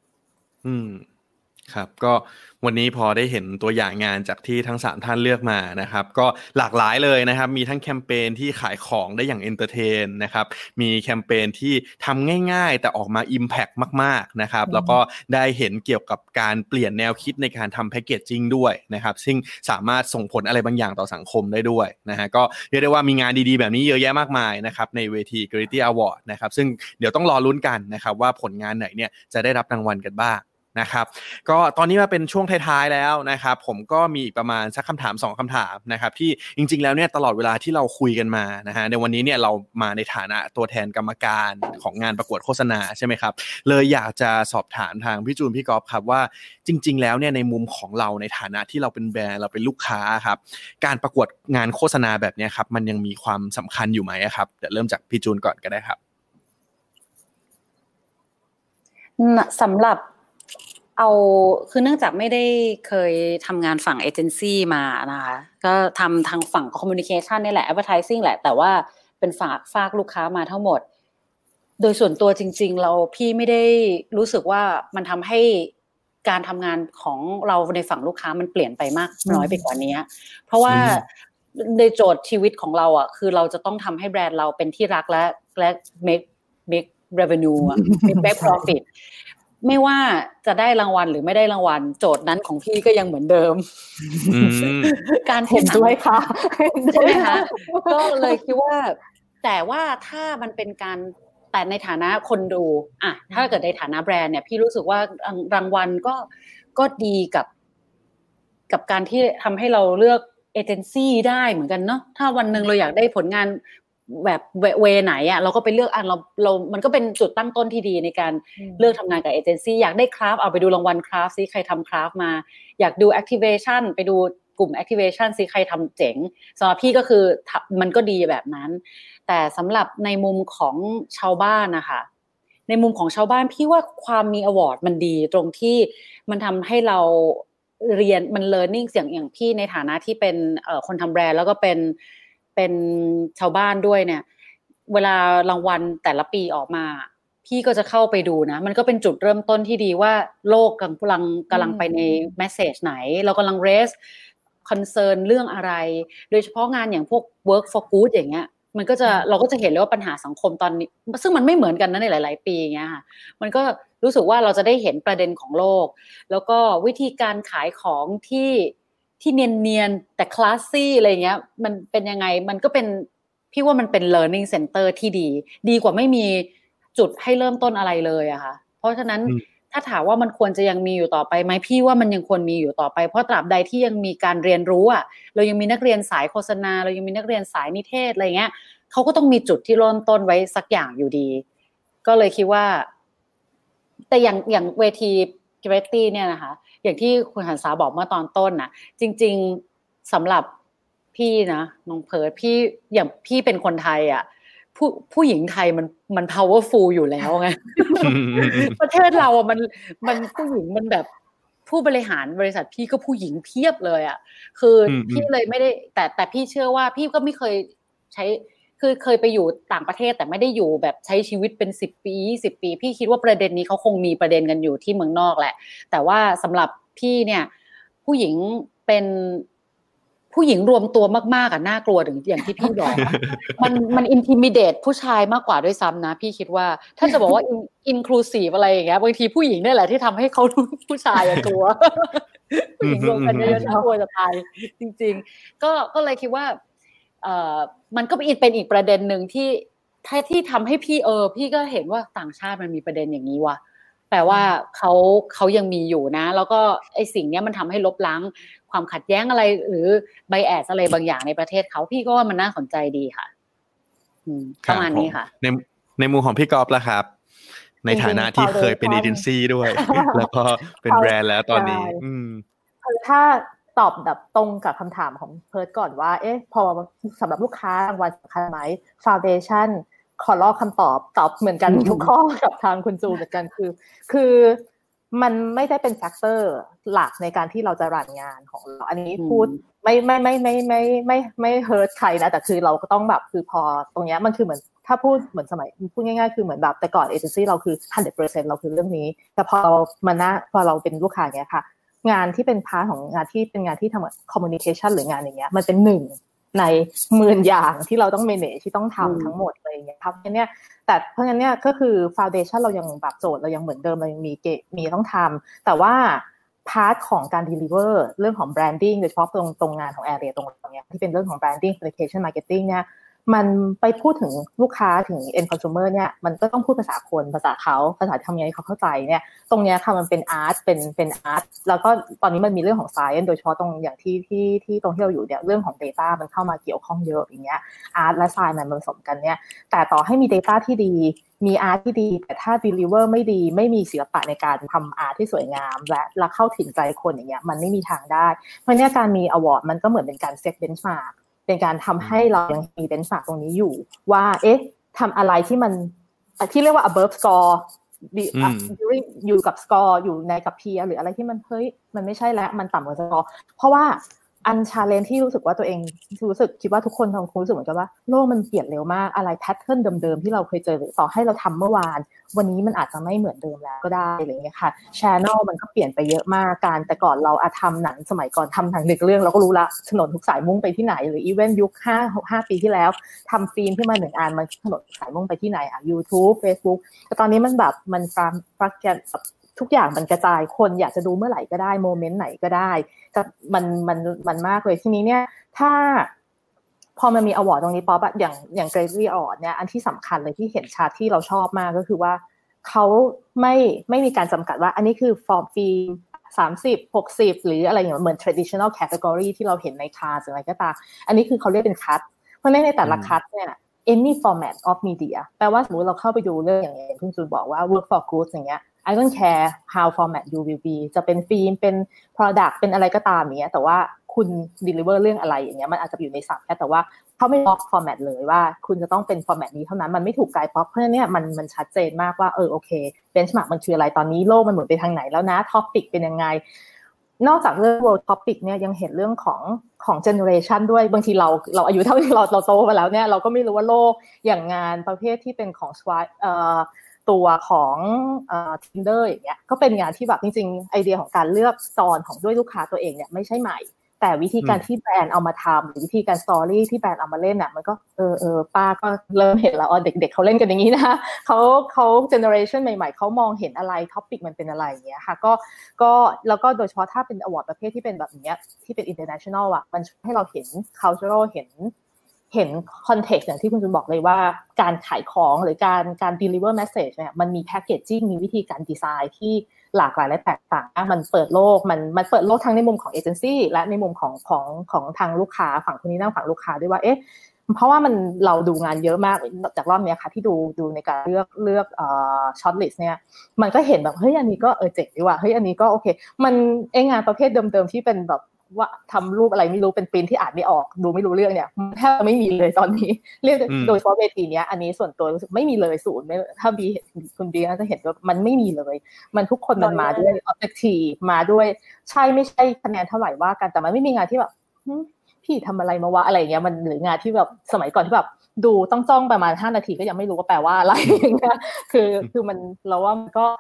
ครับก็วันนี้พอได้เห็นตัวอย่างงานจากที่ทั้ง3ท่านเลือกมานะครับก็หลากหลายเลยนะครับมีทั้งแคมเปญที่ขายของได้อย่างเอนเตอร์เทนนะครับมีแคมเปญที่ทำง่ายๆแต่ออกมา impact มากๆนะครับแล้วก็ได้เห็นเกี่ยวกับการเปลี่ยนแนวคิดในการทำแพคเกจจิ้งด้วยนะครับซึ่งสามารถส่งผลอะไรบางอย่างต่อสังคมได้ด้วยนะฮะก็เรียกได้ว่ามีงานดีๆแบบนี้เยอะแยะมากมายนะครับในเวที Clarity Award นะครับซึ่งเดี๋ยวต้องรอลุ้นกันนะครับว่าผลงานไหนเนี่ยจะได้รับรางวัลกันบ้างนะครับก็ตอนนี้มาเป็นช่วงท้ายๆแล้วนะครับผมก็มีอีกประมาณสักคำถาม2คำถามนะครับที่จริงๆแล้วเนี่ยตลอดเวลาที่เราคุยกันมานะฮะในวันนี้เนี่ยเรามาในฐานะตัวแทนกรรมการของงานประกวดโฆษณาใช่ไหมครับเลยอยากจะสอบถามทางพี่จูนพี่ก๊อฟครับว่าจริงๆแล้วเนี่ยในมุมของเราในฐานะที่เราเป็นแบรนด์เราเป็นลูกค้าครับการประกวดงานโฆษณาแบบนี้ครับมันยังมีความสำคัญอยู่ไหมครับเดี๋ยวเริ่มจากพี่จูนก่อนก็ได้ครับสำหรับคือเนื่องจากไม่ได้เคยทำงานฝั่งเอเจนซี่มานะคะก็ทำทางฝั่งคอมมิวนิเคชันนี่แหละ advertising แหละแต่ว่าเป็นฝากลูกค้ามาทั้งหมดโดยส่วนตัวจริงๆพี่ไม่ได้รู้สึกว่ามันทำให้การทำงานของเราในฝั่งลูกค้ามันเปลี่ยนไปมากน้อยไปกว่านี้เพราะว่าในโจทย์ชีวิตของเราอ่ะคือเราจะต้องทำให้แบรนด์เราเป็นที่รักและ make revenue อ่ะ make profitไม่ว่าจะได้รางวัลหรือไม่ได้รางวัลโจทย์นั้นของพี่ก็ยังเหมือนเดิมการเห็นด้วยค่ะใช่ไหมคะก็เลยคิดว่าแต่ว่าถ้ามันเป็นการแต่ในฐานะคนดูอ่ะถ้าเกิดในฐานะแบรนด์เนี่ยพี่รู้สึกว่ารางวัลก็ดีกับการที่ทำให้เราเลือกเอเจนซี่ได้เหมือนกันเนาะถ้าวันนึงเราอยากได้ผลงานแบบเวไหนอ่ะเราก็ไปเลือกเรามันก็เป็นจุดตั้งต้นที่ดีในการเลือกทำงานกับเอเจนซี่อยากได้คราฟเอาไปดูรางวัลคราฟซิใครทำคราฟมาอยากดูแอคทิเวชั่นไปดูกลุ่มแอคทิเวชั่นซิใครทำเจ๋งสำหรับพี่ก็คือมันก็ดีแบบนั้นแต่สำหรับในมุมของชาวบ้านนะคะในมุมของชาวบ้านพี่ว่าความมีอวอร์ดมันดีตรงที่มันทำให้เราเรียนมัน learning อย่างพี่ในฐานะที่เป็นคนทำแบรนด์แล้วก็เป็นชาวบ้านด้วยเนี่ยเวลารางวัลแต่ละปีออกมาพี่ก็จะเข้าไปดูนะมันก็เป็นจุดเริ่มต้นที่ดีว่าโลกกำลังไปในเมสเสจไหนเรากำลัง raise concern เรื่องอะไรโดยเฉพาะงานอย่างพวก work for good อย่างเงี้ยเราก็จะเห็นเลยว่าปัญหาสังคมตอนนี้ซึ่งมันไม่เหมือนกันนะในหลายๆปีอย่างเงี้ยค่ะมันก็รู้สึกว่าเราจะได้เห็นประเด็นของโลกแล้วก็วิธีการขายของที่เนียนๆแต่คลาสซี่อะไรเงี้ยมันเป็นยังไงมันก็เป็นพี่ว่ามันเป็น learning center ที่ดีกว่าไม่มีจุดให้เริ่มต้นอะไรเลยอะค่ะเพราะฉะนั้นถ้าถามว่ามันควรจะยังมีอยู่ต่อไปไหมพี่ว่ามันยังควรมีอยู่ต่อไปเพราะตราบใดที่ยังมีการเรียนรู้อะเรายังมีนักเรียนสายโฆษณาเรายังมีนักเรียนสายนิเทศอะไรเงี้ยเขาก็ต้องมีจุดที่เริ่มต้นไว้สักอย่างอยู่ดีก็เลยคิดว่าแต่อย่างเวที Clarity เนี่ยนะคะอย่างที่คุณหันษาบอกเมื่อตอนต้นน่ะจริงๆสำหรับพี่นะน้องเพิร์ทพี่อย่างพี่เป็นคนไทยอ่ะผู้หญิงไทยมัน powerful อยู่แล้วไง ประเทศเราอ่ะมันผู้หญิงมันแบบผู้บริหารบริษัทพี่ก็ผู้หญิงเพียบเลยอ่ะคือพี่เลยไม่ได้แต่พี่เชื่อว่าพี่ก็ไม่เคยใช้คือเคยไปอยู่ต่างประเทศแต่ไม่ได้อยู่แบบใช้ชีวิตเป็น10ปี20ปีพี่คิดว่าประเด็นนี้เขาคงมีประเด็นกันอยู่ที่เมืองนอกแหละแต่ว่าสำหรับพี่เนี่ยผู้หญิงเป็นผู้หญิงรวมตัวมากๆอ่ะน่ากลัวถึงอย่างที่พี่บอก มันintimidate ผู้ชายมากกว่าด้วยซ้ำนะพี่คิดว่าถ้าจะบอกว่า inclusive อะไรอย่างเงี้ยบางทีผู้หญิงนี่แหละที่ทำให้เขาผู้ชายกลัว ผู้หญิงรวมกันเยอะๆน่ากลัวจะตายจริงๆก็เลยคิดว่ามันก็เป็นอีกประเด็นหนึ่งที่ทำให้พี่ก็เห็นว่าต่างชาติมันมีประเด็นอย่างนี้ว่ะแปลว่าเขายังมีอยู่นะแล้วก็ไอ้สิ่งนี้มันทำให้ลบล้างความขัดแย้งอะไรหรือไบแอสอะไรบางอย่างในประเทศเขาพี่ก็ว่ามันน่าสนใจดีค่ะประมาณนี้ค่ะในมุมของพี่กอล์ฟล่ะครับในฐานะที่เคยเป็นเอเจนซี่ด้วย แล้วก็เป็นแบรนด์แล้วตอนนี้คือถ้าตอบแบบตรงกับคำถามของเพิร์ทก่อนว่าพอสำหรับลูกค้ารางวัลสำคัญไหม Foundation ขอลอกคำตอบเหมือนกันทุกข้อกับทางคุณจูเหมือนกันคือมันไม่ได้เป็นแฟกเตอร์หลักในการที่เราจะรันงานของเราอันนี้พูดไม่เฮิร์ตใครนะแต่คือเราก็ต้องแบบคือพอตรงเนี้ยมันคือเหมือนถ้าพูดเหมือนสมัยพูดง่ายๆคือเหมือนแบบแต่ก่อนเอเจนซี่เราคือ 100% เราคือเรื่องนี้แต่พอเราเป็นลูกค้าเนี้ยค่ะงานที่เป็นพาร์ทของงานที่เป็นงานที่ทำ communication หรืองานอย่างเงี้ยมันเป็นหนึ่งในหมื่นอย่างที่เราต้อง manage ที่ต้องทำทั้งหมดเลยอย่างเงี้ยครับเนี่ยแต่เพราะงั้นเนี่ยก็คือ foundation เรายังแบบโจทย์เรายังเหมือนเดิมเรายังมีต้องทำแต่ว่าพาร์ทของการ deliver เรื่องของ branding โดยเฉพาะตรงงานของ area ตรงเนี้ยที่เป็นเรื่องของ branding communication marketing เนี่ยมันไปพูดถึงลูกค้าถึง end consumer เนี่ยมันก็ต้องพูดภาษาคนภาษาเขาภาษาทำยังไงเขาเข้าใจเนี่ยตรงเนี้ยค่ะมันเป็นอาร์ตเป็นอาร์ตแล้วก็ตอนนี้มันมีเรื่องของ science โดยเฉพาะตรงอย่างที่ตรงที่เราอยู่เนี่ยเรื่องของ data มันเข้ามาเกี่ยวข้องเยอะอย่างเงี้ยอาร์ตและ science มันผสมกันเนี่ยแต่ต่อให้มี data ที่ดีมีอาร์ตที่ดีแต่ถ้า deliver ไม่ดีไม่มีศิลปะในการทำอาร์ตที่สวยงามและเข้าถึงใจคนอย่างเงี้ยมันไม่มีทางได้เพราะเนี่ยการมี award มันก็เหมือนเป็นการ set benchmarkเป็นการทำให้เรายังมีเบนช์มาร์กตรงนี้อยู่ว่าทำอะไรที่มันที่เรียกว่า above score อยู่กับ score อยู่ในกับ peer หรืออะไรที่มันเฮ้ยมันไม่ใช่แล้วมันต่ำกว่า score เพราะว่าอัน challenge ที่รู้สึกว่าตัวเองคิดว่าทุกคนคงรู้สึกเหมือนกันว่าโลกมันเปลี่ยนเร็วมากอะไร pattern เดิมๆที่เราเคยเจอหรือต่อให้เราทำเมื่อวานวันนี้มันอาจจะไม่เหมือนเดิมแล้วก็ได้อะไรอย่างเงี้ยค่ะ channel มันก็เปลี่ยนไปเยอะมากการแต่ก่อนเราทำหนังสมัยก่อนทำหนัง1เรื่องเราก็รู้ละถนนทุกสายมุ่งไปที่ไหนหรืออีเวนต์ยุค5 ปีที่แล้วทำฟิล์มขึ้นมา1อันมันถนนสายมุ่งไปที่ไหนYouTube Facebook แต่ตอนนี้มันแบบมันฟักกันทุกอย่างมันกระจายคนอยากจะดูเมื่อไหร่ก็ได้โมเมนต์ไหนก็ได้แต่มันมากเลยทีนี้เนี่ยถ้าพอมันมีอวอร์ดตรงนี้ป๊อปอะอย่าง Grammy Award เนี่ยอันที่สำคัญเลยที่เห็นชาร์ตที่เราชอบมากก็คือว่าเขาไม่มีการจำกัดว่าอันนี้คือฟอร์มฟิล์ม30 60หรืออะไรอย่างเหมือน traditional category ที่เราเห็นในคาร์อะไรก็ตามอันนี้คือเขาเรียกเป็นคัทเพราะในแต่ละคัทเนี่ย any format of media แปลว่าสมมติเราเข้าไปดูเรื่องอย่างที่คุณบอกว่า work for good อย่างเงี้ยI don't care how format you will be จะเป็นฟิล์มเป็น product เป็นอะไรก็ตามอย่างเงี้ยแต่ว่าคุณ deliver เรื่องอะไรอย่างเงี้ยมันอาจจะอยู่ในศัพท์แค่แต่ว่าเขาไม่ล็อก format เลยว่าคุณจะต้องเป็น format นี้เท่านั้นมันไม่ถูกไกด์เพราะฉะนั้นเนี่ยมันชัดเจนมากว่าโอเค benchmark มันคืออะไรตอนนี้โลกมันหมุนไปทางไหนแล้วนะ topic เป็นยังไงนอกจากเรื่อง world topic เนี่ยยังเห็นเรื่องของ generation ด้วยบางทีเราอายุเท่าที่เราโตมาแล้วเนี่ยเราก็ไม่รู้ว่าโลกอย่างงานประเภทที่เป็นของตัวของTinder อย่างเงี้ยก็เป็นงานที่แบบจริงๆไอเดียของการเลือกตอนของด้วยลูกค้าตัวเองเนี่ยไม่ใช่ใหม่แต่วิธีการที่แบรนด์เอามาทำหรือวิธีการสตอรี่ที่แบรนด์เอามาเล่นน่ะมันก็ป้าก็เริ่มเห็นแล้วเด็กๆเขาเล่นกันอย่างนี้นะเขาเจเนอเรชันใหม่ๆเขามองเห็นอะไรท็อปิกมันเป็นอะไรอย่างเงี้ยค่ะก็แล้วก็โดยเฉพาะถ้าเป็นอวอร์ดประเภทที่เป็นแบบนี้ที่เป็น international อ่ะมันให้เราเห็น cultural เห็นคอนเทกซ์อย่างที่คุณจุนบอกเลยว่าการขายของหรือการ deliver message เนี่ยมันมีแพคเกจจิ้งมีวิธีการดีไซน์ที่หลากหลายและแตกต่างมันเปิดโลกมันเปิดโลกทั้งในมุมของเอเจนซี่และในมุมของทางลูกค้าฝั่งคนนี้นั่งฝั่งลูกค้าด้วยว่าเพราะว่าเราดูงานเยอะมากจากรอบนี้ค่ะที่ดูในการเลือกช็อตลิสต์เนี่ยมันก็เห็นแบบเฮ้ยอันนี้ก็เจ๋งดีว่ะเฮ้ยอันนี้ก็โอเคมันงานประเภทเดิมๆที่เป็นแบบว่าทำรูปอะไรไม่รู้เป็นปริ้นที่อ่านไม่ออกดูไม่รู้เรื่องเนี่ยแทบไม่มีเลยตอนนี้เรียกโดยเฉพาะเวทีนี้อันนี้ส่วนตัวรู้สึกไม่มีเลยศูนย์ถ้าบีคุณบีจะเห็นว่ามันไม่มีเลยมันทุกคนมันมาด้วย objective มาด้วยใช่ไม่ใช่คะแนนเท่าไหร่ว่ากันแต่มันไม่มีงานที่แบบพี่ทำอะไรมาวะอะไรเงี้ยมันหรืองานที่แบบสมัยก่อนที่แบบดูต้องจ้องประมาณ5 นาทีก็ยังไม่รู้ว่าแปลว่าอะไรอย่างเงี้ยคือมันเราว่ามันก็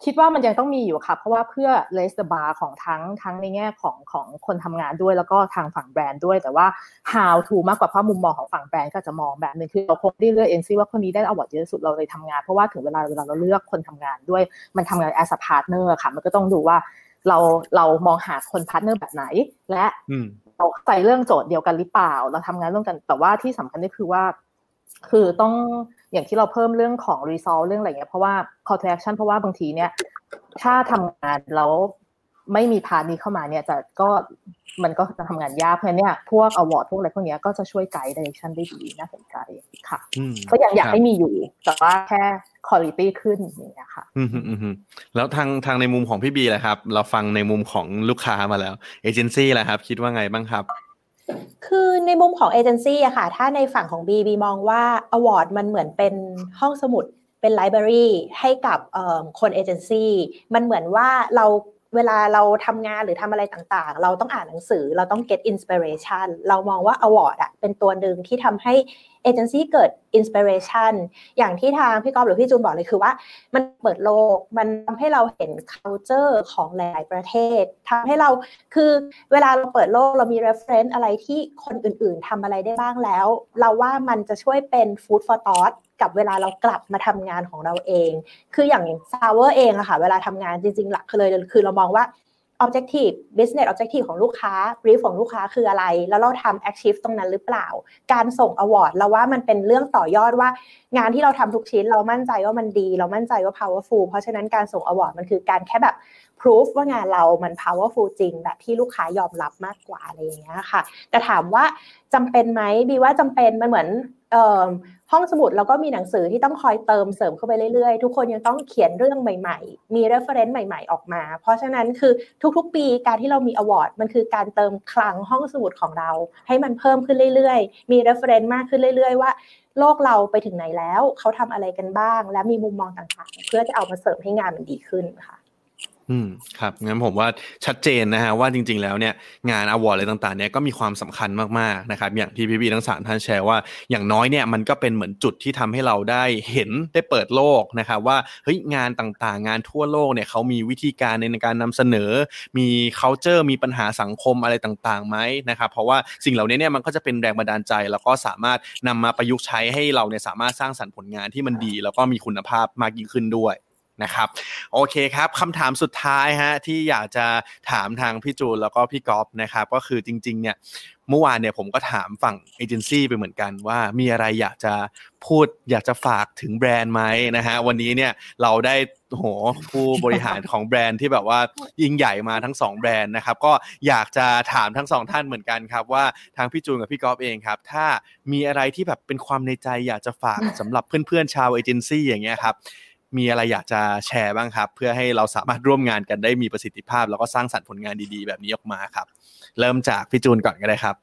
คิดว่ามันยังต้องมีอยู่ค่ะเพราะว่าเพื่อ raise the bar ของทั้งในแง่ของคนทำงานด้วยแล้วก็ทางฝั่งแบรนด์ด้วยแต่ว่า how to มากกว่าเพราะมุมมองของฝั่งแบรนด์ก็จะมองแบบนึงคือเราคงได้เลือกเองซิว่าคนนี้ได้อวอร์ดเยอะสุดเราเลยทำงานเพราะว่าถึงเวลาเราเลือกคนทำงานด้วยมันทำงาน as a partner ค่ะมันก็ต้องดูว่าเรามองหาคนพาร์ทเนอร์แบบไหนและเราใส่เรื่องโจทย์เดียวกันหรือเปล่าเราทำงานร่วมกันแต่ว่าที่สำคัญก็คือว่าคือต้องอย่างที่เราเพิ่มเรื่องของ resolve เรื่องอะไรเงี้ยเพราะว่า call to action เพราะว่าบางทีเนี่ยถ้าทำงานแล้วไม่มีพาร์ทนี้เข้ามาเนี่ยมันก็จะทำงานยากเพราะเนี่ยพวก award พวกอะไรพวกนี้ก็จะช่วยไกด์ direction ได้ดีน่าสนใจค่ะก็อยากให้มีอยู่แต่ว่าแค่ quality ขึ้นอย่างเงี้ยค่ะแล้วทางในมุมของพี่บีแหละครับเราฟังในมุมของลูกค้ามาแล้วเอเจนซี่แหละครับคิดว่าไงบ้างครับคือในมุมของเอเจนซี่อะค่ะถ้าในฝั่งของบีมองว่า award มันเหมือนเป็นห้องสมุดเป็นไลบรารีให้กับคนเอเจนซี่มันเหมือนว่าเวลาเราทำงานหรือทำอะไรต่างๆเราต้องอ่านหนังสือเราต้อง get inspiration เรามองว่า award อะเป็นตัวหนึ่งที่ทำให้เอเจนซี่เกิด inspiration อย่างที่ทางพี่ก๊อฟหรือพี่จูนบอกเลยคือว่ามันเปิดโลกมันทำให้เราเห็น culture ของหลายประเทศทำให้เราคือเวลาเราเปิดโลกเรามี reference อะไรที่คนอื่นๆทำอะไรได้บ้างแล้วเราว่ามันจะช่วยเป็น food for thoughtกับเวลาเรากลับมาทำงานของเราเองคืออย่างซาวเวอร์เองอะค่ะเวลาทำงานจริงๆหลักเลยคือเรามองว่า objective business objective ของลูกค้า brief ของลูกค้าคืออะไรแล้วเราทำ achieve ตรงนั้นหรือเปล่าการส่ง award เราว่ามันเป็นเรื่องต่อยอดว่างานที่เราทำทุกชิ้นเรามั่นใจว่ามันดีเรามั่นใจว่า powerful เพราะฉะนั้นการส่ง award มันคือการแค่แบบ proof ว่างานเรามัน powerful จริงแบบที่ลูกค้ายอมรับมากกว่าอะไรอย่างเงี้ยค่ะแต่ถามว่าจำเป็นไหมบีว่าจำเป็นมันเหมือนห้องสมุดแล้วก็มีหนังสือที่ต้องคอยเติมเสริมเข้าไปเรื่อยๆทุกคนยังต้องเขียนเรื่องใหม่ๆมี reference ใหม่ๆออกมาเพราะฉะนั้นคือทุกๆปีการที่เรามี award มันคือการเติมคลังห้องสมุดของเราให้มันเพิ่มขึ้นเรื่อยๆมี reference มากขึ้นเรื่อยๆว่าโลกเราไปถึงไหนแล้วเขาทำอะไรกันบ้างและมีมุมมองต่างๆเพื่อจะเอามาเสริมให้งานมันดีขึ้นค่ะครับงั้นผมว่าชัดเจนนะฮะว่าจริงๆแล้วเนี่ยงานอวอร์ดอะไรต่างๆเนี่ยก็มีความสำคัญมากๆนะครับอย่างที่พี่ๆทั้ง3ท่านแชร์ว่าอย่างน้อยเนี่ยมันก็เป็นเหมือนจุดที่ทำให้เราได้เห็นได้เปิดโลกนะครับว่าเฮ้ยงานต่างๆงานทั่วโลกเนี่ยเขามีวิธีการในการนำเสนอมี culture มีปัญหาสังคมอะไรต่างๆไหมนะครับเพราะว่าสิ่งเหล่านี้เนี่ยมันก็จะเป็นแรงบันดาลใจแล้วก็สามารถนำมาประยุกต์ใช้ให้เราเนี่ยสามารถสร้างสรรค์ผลงานที่มันดีแล้วก็มีคุณภาพมากยิ่งขึ้นด้วยนะครับโอเคครับคำถามสุดท้ายฮะที่อยากจะถามทางพี่จูนแล้วก็พี่ก๊อฟนะครับก็คือจริงๆเนี่ยเมื่อวานเนี่ยผมก็ถามฝั่งเอเจนซี่ไปเหมือนกันว่ามีอะไรอยากจะพูดอยากจะฝากถึงแบรนด์ไหมนะฮะวันนี้เนี่ยเราได้ผู้บริหารของแบรนด์ที่แบบว่ายิ่งใหญ่มาทั้ง2แบรนด์นะครับก็อยากจะถามทั้ง2ท่านเหมือนกันครับว่าทางพี่จูนกับพี่ก๊อฟเองครับถ้ามีอะไรที่แบบเป็นความในใจอยากจะฝากสำหรับเพื่อนๆชาวเอเจนซี่อย่างเงี้ยครับมีอะไรอยากจะแชร์บ้างครับเพื่อให้เราสามารถร่วมงานกันได้มีประสิทธิภาพแล้วก็สร้างสรรค์ผลงานดีๆแบบนี้ออกมาครับเริ่มจากพี่จูนก่อนก็ได้ครับ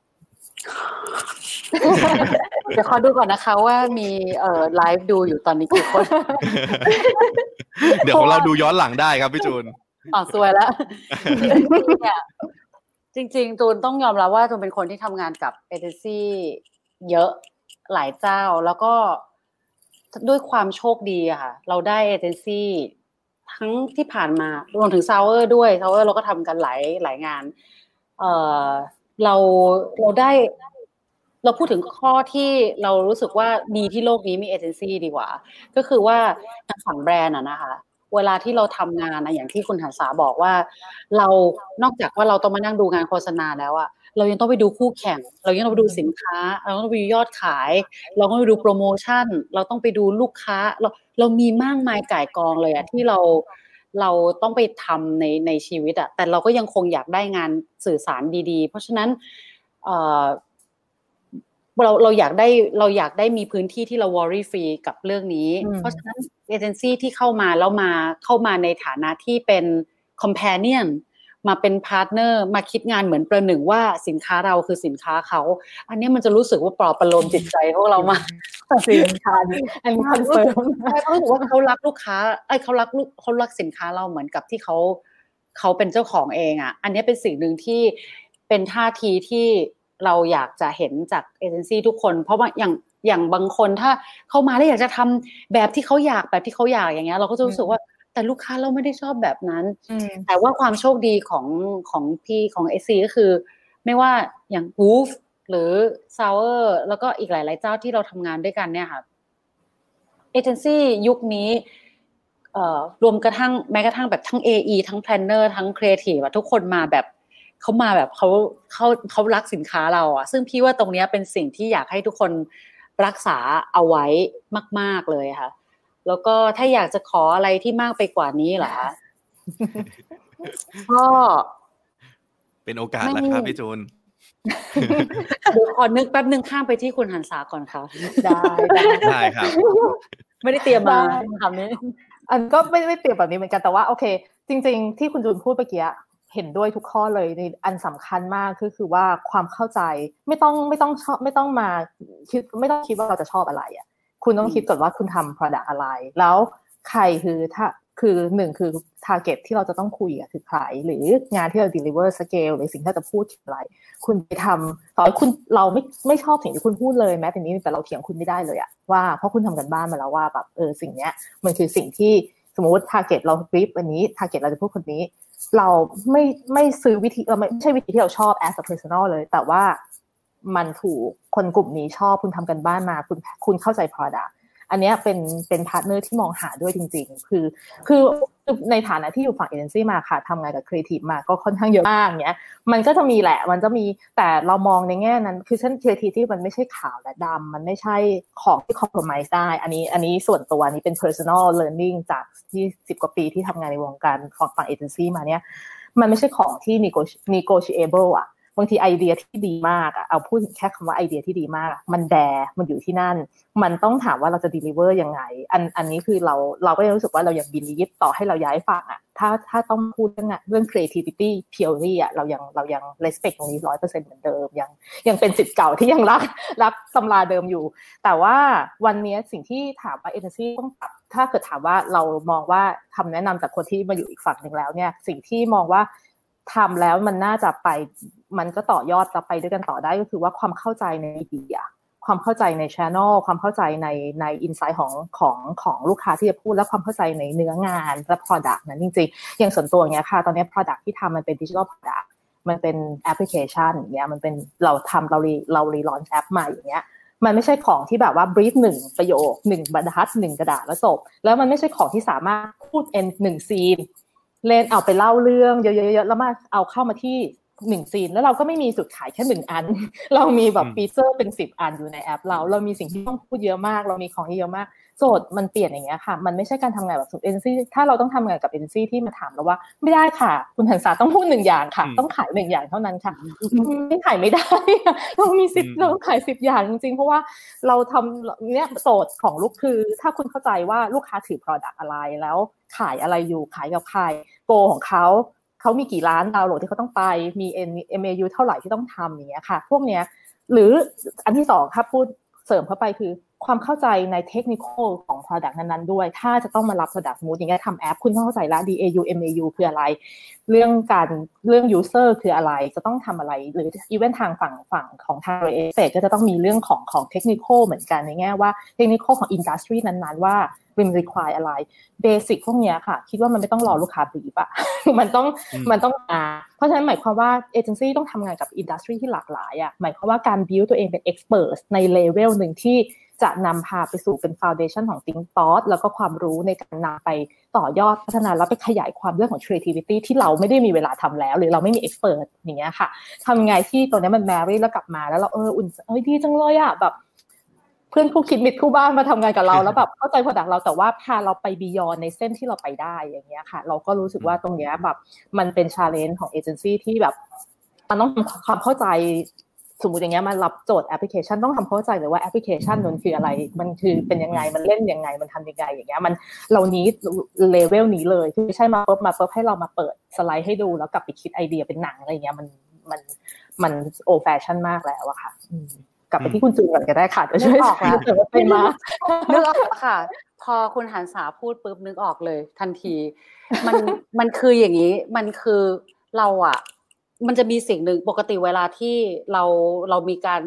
เดี๋ยวขอดูก่อนนะคะว่ามีไลฟ์ดูอยู่ตอนนี้กี่คนเดี๋ยวของเราดูย้อนหลังได้ครับพี่จูนสวยแล้ว จริงๆจูนต้องยอมรับว่าจูนเป็นคนที่ทำงานกับเอเจนซี่เยอะหลายเจ้าแล้วก็ด้วยความโชคดีอะค่ะเราได้เอเจนซี่ทั้งที่ผ่านมารวมถึงซาวเวอร์ด้วยซาวเวอร์เราก็ทำกันหลายงานเราได้เราพูดถึงข้อที่เรารู้สึกว่าดีที่โลกนี้มีเอเจนซี่ดีกว่าก็คือว่าทางฝั่งแบรนด์อะนะคะเวลาที่เราทำงานนะอย่างที่คุณหันษาบอกว่าเรานอกจากว่าเราต้องมานั่งดูงานโฆษณาแล้วอะเรายังต้องไปดูคู่แข่งเรายังต้องไปดูสินค้าเราต้องไปดูยอดขายเราต้องไปดูโปรโมชั่นเราต้องไปดูลูกค้าเรามีมากมายก่ายกองเลยอะที่เราต้องไปทำในชีวิตอะแต่เราก็ยังคงอยากได้งานสื่อสารดีๆเพราะฉะนั้นเราอยากได้มีพื้นที่ที่เรา worry free กับเรื่องนี้เพราะฉะนั้นเอเจนซี่ที่เข้ามาแล้วเข้ามาในฐานะที่เป็น companion มาเป็นพาร์ทเนอร์มาคิดงานเหมือนประหนึ่งว่าสินค้าเราคือสินค้าเขาอันนี้มันจะรู้สึกว่าปลอบประโลมจิตใจพวกเรามากสินค้าอันนี้คอนเฟิร์มเขารู้สึกว่าเขารักลูกค้าเขารักสินค้าเราเหมือนกับที่เขาเป็นเจ้าของเองอ่ะอันนี้เป็นสิ่งหนึ่งที่เป็นท่าทีที่เราอยากจะเห็นจากเอเจนซี่ทุกคนเพราะว่าอย่างบางคนถ้าเข้ามาแล้วอยากจะทำแบบที่เขาอยากอย่างเงี้ยเราก็จะรู้สึกว่าแต่ลูกค้าเราไม่ได้ชอบแบบนั้นแต่ว่าความโชคดีของพี่ของ SC ก็คือไม่ว่าอย่าง Wolf หรือ Sour แล้วก็อีกหลายๆเจ้าที่เราทำงานด้วยกันเนี่ยค่ะเอเจนซี่ยุคนี้รวมกระทั่งแม้กระทั่งแบบทั้ง AE ทั้ง Planner ทั้ง Creative ทุกคนมาแบบเขามาแบบเขารักสินค้าเราอ่ะซึ่งพี่ว่าตรงนี้เป็นสิ่งที่อยากให้ทุกคนรักษาเอาไว้มากๆเลยค่ะแล้วก็ถ้าอยากจะขออะไรที่มากไปกว่านี้เหรอคะก็เป็นโอกาสแล้วครับพี่จูนเดี๋ยวขอนึกแป๊บนึงข้ามไปที่คุณหันษาก่อนค่ะได้ครับไม่ได้เตรียมมาคำนี้อันก็ไม่ได้เตรียมแบบนี้เหมือนกันแต่ว่าโอเคจริงๆที่คุณจูนพูดเมื่อกี้เห็นด้วยทุกข้อเลยในอันสำคัญมากคือว่าความเข้าใจไม่ต้องมาคิดไม่ต้องคิดว่าเราจะชอบอะไรอ่ะคุณต้องคิดก่อนว่าคุณทำ product อะไรแล้วใครคือหนึ่งคือ target ที่เราจะต้องคุยอ่ะคือใครหรืองานที่เรา deliver scale หรือสิ่งที่เราจะพูดถึงอะไรคุณไปทำต่อให้เราไม่ชอบสิ่งที่คุณพูดเลยแม้แต่นี้แต่เราเถียงคุณไม่ได้เลยอ่ะว่าเพราะคุณทำกันบ้านมาแล้วว่าแบบสิ่งเนี้ยมันคือสิ่งที่สมมติ target เรา brief วันนี้ target เราจะพูดคนนี้เราไม่ซื้อวิธีเราไม่ใช่วิธีที่เราชอบ as a personal เลยแต่ว่ามันถูกคนกลุ่มนี้ชอบคุณทำกันบ้านมาคุณเข้าใจ product อันนี้เป็นพาร์ทเนอร์ที่มองหาด้วยจริงๆคือในฐานะที่อยู่ฝั่งเอเจนซี่มาค่ะทำงานกับครีเอทีฟมาก็ค่อนข้างเยอะมากเงี้ยมันก็จะมีแหละมันจะมีแต่เรามองในแง่นั้นคือเช่นครีเอทีฟที่มันไม่ใช่ขาวและดำมันไม่ใช่ของที่คอมโพรไมซ์ได้อันนี้ส่วนตัวนี้เป็น personal learning จาก20 กว่าปีที่ทำงานในวงการฝั่งเอเจนซี่มาเนี่ยมันไม่ใช่ของที่ negotiable อ่ะบางทีไอเดียที่ดีมากเอาพูดแค่คำว่าไอเดียที่ดีมากมันมันอยู่ที่นั่นมันต้องถามว่าเราจะ deliver ยังไงอันนี้คือเราก็ยังรู้สึกว่าเรายัง believe ต่อให้เราย้ายฝั่งอ่ะถ้าต้องพูดเรื่อง creativity theory อ่ะเรายัง respect ตรงนี้ 100% เหมือนเดิมยังเป็นศิษย์เก่าที่ยังรักตำราเดิมอยู่แต่ว่าวันนี้สิ่งที่ถามว่า agency ต้องปรับถ้าเกิดถามว่าเรามองว่าคำแนะนำจากคนที่มาอยู่อีกฝั่งนึงแล้วเนี่ยสิ่งที่มองว่าทำแล้วมันน่าจะไปมันก็ต่อยอดจะไปด้วยกันต่อได้ก็คือว่าความเข้าใจในไอเดียความเข้าใจใน channel ความเข้าใจใน insight ของลูกค้าที่จะพูดและความเข้าใจในเนื้องานและ product นั้นจริงๆอย่างส่วนตัวเนี้ยค่ะตอนนี้ product ที่ทำมันเป็น digital product มันเป็นแอปพลิเคชันอย่างเงี้ยมันเป็นเรารีลอนช์แอปใหม่อย่างเงี้ยมันไม่ใช่ของที่แบบว่า brief 1 ประโยค1บรรทัด1กระดาษแล้วจบแล้วมันไม่ใช่ของที่สามารถพูด1ซีนเล่นเอาไปเล่าเรื่องเยอะๆแล้วมาเอาเข้ามาที่1ซีนแล้วเราก็ไม่มีจุดขายแค่1อันเรามีแบบฟีเจอร์เป็น10อันอยู่ในแอปเรามีสิ่งที่ต้องพูดเยอะมากเรามีของเยอะมากโจทย์มันเปลี่ยนอย่างเงี้ยค่ะมันไม่ใช่การทำงานแบบเอเจนซี่ถ้าเราต้องทำงานกับเอเจนซี่ที่มาถามเราว่าไม่ได้ค่ะคุณหันษาต้องพูด1อย่างค่ะต้องขาย1อย่างเท่านั้นค่ะไม่ขายไม่ได้เรามี10เราขาย10อย่างจริงๆเพราะว่าเราทำเนี้ยโจทย์ของลูกคือถ้าคุณเข้าใจว่าลูกค้าถือ product อะไรแล้วขายอะไรอยู่ขายกับใครโกของเขามีกี่ล้านดาวน์โหลดที่เขาต้องไปมี MAU เท่าไหร่ที่ต้องทำอย่างเงี้ยค่ะพวกเนี้ยหรืออันที่2ครับพูดเสริมเข้าไปคือความเข้าใจในเทคนิคของ product นั้นๆด้วยถ้าจะต้องมารับ product สมมุติอย่างเงี้ยทำแอปคุณต้องเข้าใจละ DAU MAU คืออะไรเรื่อง user คืออะไรจะต้องทำอะไรหรือ even ทางฝั่งของทาง real estate ก็จะต้องมีเรื่องของเทคนิคเหมือนกันในแง่ว่าเทคนิคของ industry นั้นๆว่ามัน require อะไรเบสิกพวกเนี้ยค่ะคิดว่ามันไม่ต้องรอลูกค้าบีบอะ มันต้องเพราะฉะนั้นหมายความว่าเอเจนซี่ต้องทำงานกับอินดัสทรีที่หลากหลายอะหมายความว่าการ build ตัวเองเป็น expert ในเลเวลหนึ่งที่จะนำพาไปสู่เป็น foundation ของ think thought แล้วก็ความรู้ในการนำไปต่อยอดพัฒนาแล้วไปขยายความเรื่องของ creativity ที่เราไม่ได้มีเวลาทำแล้วหรือเราไม่มี expert อย่างเงี้ยค่ะทำไงที่ตัวนี้มัน marry แล้วกลับมาแล้วเราอุ่นดีจังเลยอะแบบเพื่อนคู่คิดมิตรคู่บ้านมาทำงานกับเราแล้วแบบเข้าใจ product เราแต่ว่าพาเราไป beyond ในเส้นที่เราไปได้อย่างเงี้ยค่ะเราก็รู้สึกว่าตรงเนี้ยแบบมันเป็น challenge ของเอเจนซี่ที่แบบมันต้องทำความเข้าใจสมมุติอย่างเงี้ยมารับโจทย์แอปพลิเคชันต้องทำเข้าใจเลยว่าแอปพลิเคชันนั้นคืออะไรมันคือเป็นยังไงมันเล่นยังไงมันทำยังไงอย่างเงี้ยมันเรานี้เลเวลนี้เลยคือไม่ใช่มาปุ๊บให้เรามาเปิดสไลด์ให้ดูแล้วกลับไปคิดไอเดียเป็นหนังอะไรเงี้ยมันโอแฟชั่นมากแล้วอะค่ะกลับไปที่คุณจูนก่อนก็ได้ค่ะจะช่วยออกแล้วไปมานึกออกค่ะพอคุณหันษาพูดปุ๊บนึกออกเลยทันทีมันคืออย่างนี้มันคือเราอะมันจะมีสิ่งหนึ่งปกติเวลาที่เรามีการแบบ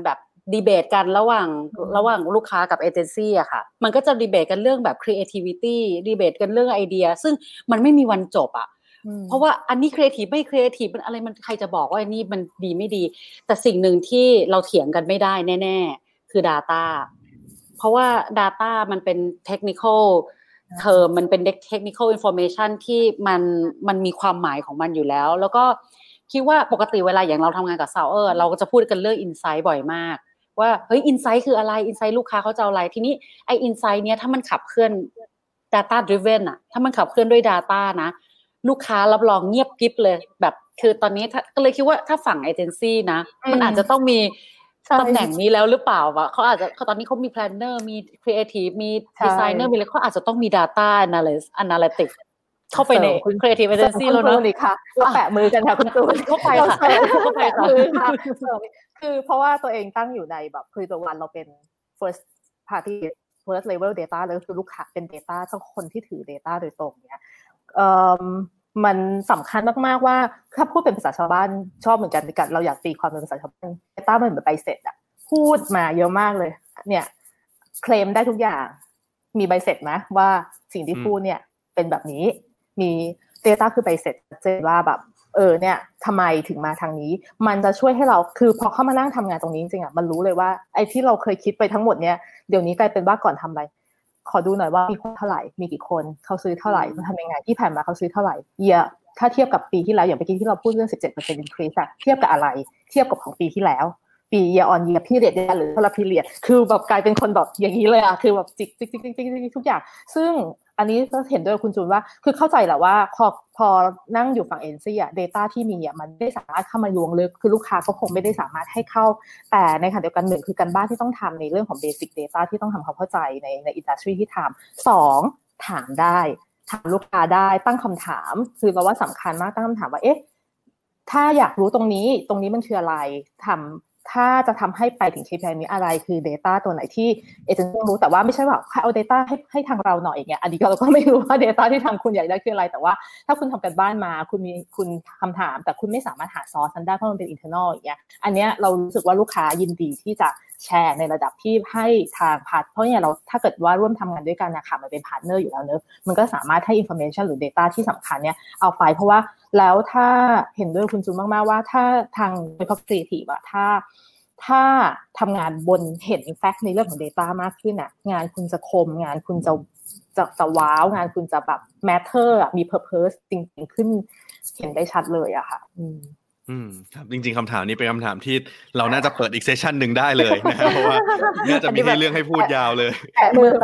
ดีเบตกันระหว่างลูกค้ากับเอเจนซี่อะค่ะมันก็จะดีเบตกันเรื่องแบบ creativity ดีเบตกันเรื่องไอเดียซึ่งมันไม่มีวันจบอะเพราะว่าอันนี้ creative ไม่ creative มันอะไรมันใครจะบอกว่าอันนี้มันดีไม่ดีแต่สิ่งหนึ่งที่เราเถียงกันไม่ได้แน่ๆคือ data เพราะว่า data มันเป็น technical term มันเป็น technical information ที่มันมีความหมายของมันอยู่แล้วแล้วก็คิดว่าปกติเวลาอย่างเราทำงานกับ Sauer เราก็จะพูดกันเรื่อง insight บ่อยมากว่าเฮ้ย insight คืออะไร insight ลูกค้าเขาจะเอาอะไรทีนี้ไอ้ insight เนี้ยถ้ามันขับเคลื่อน data driven อะถ้ามันขับเคลื่อนด้วย data นะลูกค้ารับรองเงียบกิ๊บเลยแบบคือตอนนี้ก็เลยคิดว่าถ้าฝั่งเอเจนซี่นะมันอาจจะต้องมีตำแหน่งนี้แล้วหรือเปล่าวะเขาอาจจะตอนนี้เขามี planner มี creative มี designer มีอะไรเขาอาจจะต้องมี data analytics เข้าไปใน creative agency แล้วเนอะค่ะก็แปะมือกันค่ะคุณตูนเข้าไปค่ะเข้าไปค่ะคือเพราะว่าตัวเองตั้งอยู่ในแบบคือตัววันเราเป็น first party first level data เลยคือลูกค้าเป็น data ทั้งคนที่ถือ data โดยตรงเนี้ยมันสำคัญมากๆว่าถ้าพูดเป็นภาษาชาวบ้านชอบเหมือนกันเราอยากตีความเป็นภาษาชาวบ้าน data มันเหมือนใบเสร็จอะพูดมาเยอะมากเลยเนี่ยเคลมได้ทุกอย่างมีใบเสร็จนะว่าสิ่งที่พูดเนี่ยเป็นแบบนี้มี data คือใบเสร็จเจนว่าแบบเนี่ยทำไมถึงมาทางนี้มันจะช่วยให้เราคือพอเข้ามานั่งทำงานตรงนี้จริงๆอ่ะมันรู้เลยว่าไอ้ที่เราเคยคิดไปทั้งหมดเนี่ยเดี๋ยวนี้กลายเป็นว่าก่อนทำอะไรขอดูหน่อยว่ามีคนเท่าไหร่มีกี่คนเขาซื้อเท่าไหร่มันทำยังไงที่ผ่านมาเขาซื้อเท่าไหร่ถ้าเทียบกับปีที่แล้วอย่างเมื่อกี้ที่เราพูดเรื่อง 17% increase อะเทียบกับอะไรเทียบกับของปีที่แล้วปี year on year period หรือ คนละ period คือแบบกลายเป็นคนแบบอย่างนี้เลยอะคือแบบจิกทุกอย่างซึ่งอันนี้ก็เห็นด้วยคุณจูนว่าคือเข้าใจแหละว่าพอนั่งอยู่ฝั่งเอ็นซี่อะ data ที่มีอะมันไม่สามารถเข้ามาลวงลึกคือลูกค้าก็คงไม่ได้สามารถให้เข้าแต่ในขณะเดียวกันหนึ่งคือการบ้านที่ต้องทำในเรื่องของ basic data ที่ต้องทำความเข้าใจใน industry ที่ทำสองถามได้ถามลูกค้าได้ตั้งคำถามคือเราว่าสำคัญมากตั้งคำถามว่าเอ๊ะถ้าอยากรู้ตรงนี้มันคืออะไรถ้าจะทำให้ไปถึง KPI นี้อะไรคือ data ตัวไหนที่เอเจนซี่รู้แต่ว่าไม่ใช่ว่าเอา data ให้ทางเราหน่อยอย่างเงี้ยอันนี้เราก็ไม่รู้ว่า data ที่ทางคุณอยากได้คืออะไรแต่ว่าถ้าคุณทำกันบ้านมาคุณคำถามแต่คุณไม่สามารถหาซอสนั้นได้เพราะมันเป็น internal อย่างเงี้ยอันเนี้ยเรารู้สึกว่าลูกค้ายินดีที่จะแชร์ในระดับที่ให้ทางพาร์ทเพราะเนี่ยเราถ้าเกิดว่าร่วมทำงานด้วยกันนะคะมันเป็นพาร์ทเนอร์อยู่แล้วเนอะมันก็สามารถให้ information หรือ data ที่สำคัญเนี่ยเอาไปเพราะว่าแล้วถ้าเห็นด้วยคุณจูนมากๆว่าถ้าทางโดยเฉพาะ creative อะถ้าทำงานบนเห็น fact ในเรื่องของ data มากขึ้นน่ะงานคุณจะคมงานคุณจะว้าวงานคุณจะแบบ matter มี purpose จริงๆขึ้นเห็นได้ชัดเลยอะค่ะครับจริงๆคำถามนี้เป็นคำถามที่เราน่าจะเปิดอีกเซสชั่นหนึ่งได้เลยนะครับเพราะว่าน่าจะมีให้เรื่องให้พูดยาวเลยแปะมือ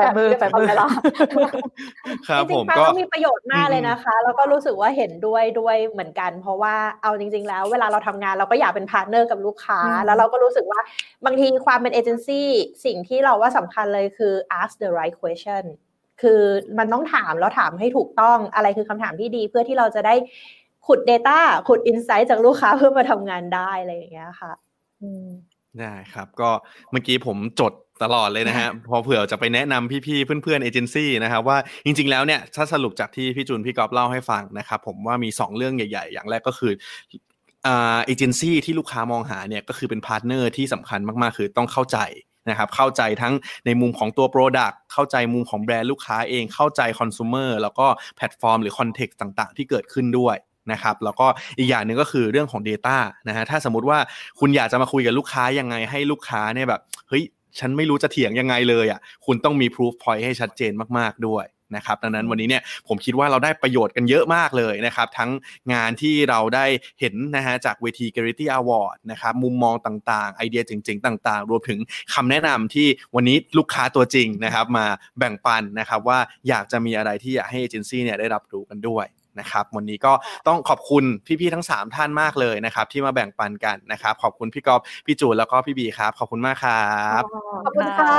ครับผมก็มีประโยชน์มากเลยนะคะแล้วก็รู้สึกว่าเห็นด้วยเหมือนกันเพราะว่าเอาจริงๆแล้วเวลาเราทำงานเราก็อยากเป็นพาร์ทเนอร์กับลูกค้าแล้วเราก็รู้สึกว่าบางทีความเป็นเอเจนซี่สิ่งที่เราว่าสำคัญเลยคือ ask the right question คือมันต้องถามแล้วถามให้ถูกต้องอะไรคือคำถามที่ดีเพื่อที่เราจะได้ขุด data ขุด insight จากลูกค้าเพื่อมาทำงานได้อะไรอย่างเงี้ยค่ะได้ครับก็เมื่อกี้ผมจดตลอดเลยนะฮะพอเผื่อจะไปแนะนำพี่ๆเพื่อนๆเอเจนซี่นะครับว่าจริงๆแล้วเนี่ยถ้าสรุปจากที่พี่จูนพี่ก๊อฟเล่าให้ฟังนะครับผมว่ามี2เรื่องใหญ่ๆอย่างแรกก็คือเอเจนซี่ที่ลูกค้ามองหาเนี่ยก็คือเป็นพาร์ทเนอร์ที่สำคัญมากๆคือต้องเข้าใจนะครับเข้าใจทั้งในมุมของตัว Product เข้าใจมุมของแบรนด์ลูกค้าเองเข้าใจ Consumer แล้วก็แพลตฟอร์มหรือ Context ต่างๆที่เกิดขึ้นด้วยนะครับแล้วก็อีกอย่างนึงก็คือเรื่องของ data นะฮะถ้าสมมุติว่าคุณอยากจะมาคุยกับลูกค้ายังไงให้ลูกค้าเนี่ยแบบเฮ้ยฉันไม่รู้จะเถียงยังไงเลยอ่ะคุณต้องมี proof point ให้ชัดเจนมากๆด้วยนะครับดังนั้นวันนี้เนี่ยผมคิดว่าเราได้ประโยชน์กันเยอะมากเลยนะครับทั้งงานที่เราได้เห็นนะฮะจากเวที Clarity Award นะครับมุมมองต่างๆไอเดียเจ๋งๆต่างๆรวมถึงคำแนะนำที่วันนี้ลูกค้าตัวจริงนะครับมาแบ่งปันนะครับว่าอยากจะมีอะไรที่อยากให้เอเจนซี่เนี่ยได้รับรู้กันด้วยนะครับวันนี้ก็ต้องขอบคุณพี่ๆทั้ง3ท่านมากเลยนะครับที่มาแบ่งปันกันนะครับขอบคุณพี่ก๊อฟพี่จูนแล้วก็พี่บีครับขอบคุณมากครับขอบคุณค่ะ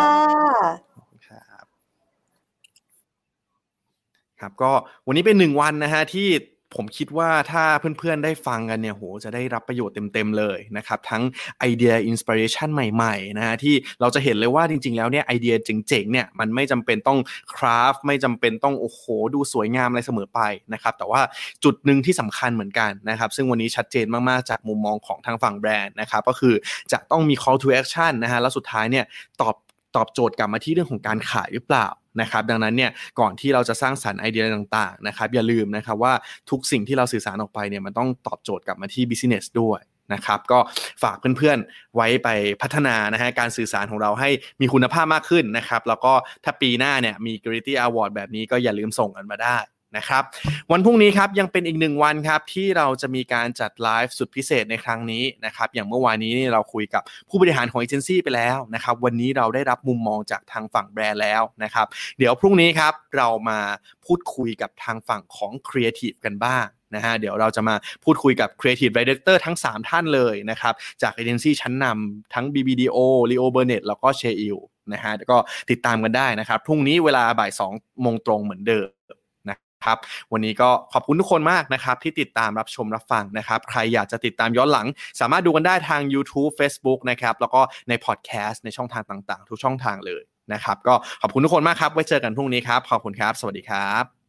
ครับก็วันนี้เป็น1วันนะฮะที่ผมคิดว่าถ้าเพื่อนๆได้ฟังกันเนี่ยโหจะได้รับประโยชน์เต็มๆเลยนะครับทั้งไอเดียอินสปิเรชันใหม่ๆนะฮะที่เราจะเห็นเลยว่าจริงๆแล้วเนี่ยไอเดียเจ๋งๆเนี่ยมันไม่จำเป็นต้องคราฟไม่จำเป็นต้องโอ้โหดูสวยงามอะไรเสมอไปนะครับแต่ว่าจุดนึงที่สำคัญเหมือนกันนะครับซึ่งวันนี้ชัดเจนมากๆจากมุมมองของทางฝั่งแบรนด์นะครับก็คือจะต้องมี call to action นะฮะแล้วสุดท้ายเนี่ยตอบโจทย์กลับมาที่เรื่องของการขายหรือเปล่านะครับดังนั้นเนี่ยก่อนที่เราจะสร้างสรรค์ไอเดียต่างๆนะครับอย่าลืมนะครับว่าทุกสิ่งที่เราสื่อสารออกไปเนี่ยมันต้องตอบโจทย์กลับมาที่ business ด้วยนะครับก็ฝากเพื่อนๆไว้ไปพัฒนานะฮะการสื่อสารของเราให้มีคุณภาพมากขึ้นนะครับแล้วก็ถ้าปีหน้าเนี่ยมี Creativity Award แบบนี้ก็อย่าลืมส่งกันมาได้นะครับวันพรุ่งนี้ครับยังเป็นอีก1วันครับที่เราจะมีการจัดไลฟ์สุดพิเศษในครั้งนี้นะครับอย่างเมื่อวานนี้เราคุยกับผู้บริหารของเอเจนซี่ไปแล้วนะครับวันนี้เราได้รับมุมมองจากทางฝั่งแบรนด์แล้วนะครับเดี๋ยวพรุ่งนี้ครับเรามาพูดคุยกับทางฝั่งของครีเอทีฟกันบ้างนะฮะเดี๋ยวเราจะมาพูดคุยกับ Creative Director ทั้ง3ท่านเลยนะครับจากเอเจนซี่ชั้นนำทั้ง BBDO Leo Burnett แล้วก็ Sheil นะฮะก็ติดตามกันได้นะครับพรุ่งนี้เวลาบ่าย 2 โมงตรงเหมือนเดิมครับวันนี้ก็ขอบคุณทุกคนมากนะครับที่ติดตามรับชมรับฟังนะครับใครอยากจะติดตามย้อนหลังสามารถดูกันได้ทาง YouTube Facebook นะครับแล้วก็ในพอดแคสต์ในช่องทางต่างๆทุกช่องทางเลยนะครับก็ขอบคุณทุกคนมากครับไว้เจอกันพรุ่งนี้ครับขอบคุณครับสวัสดีครับ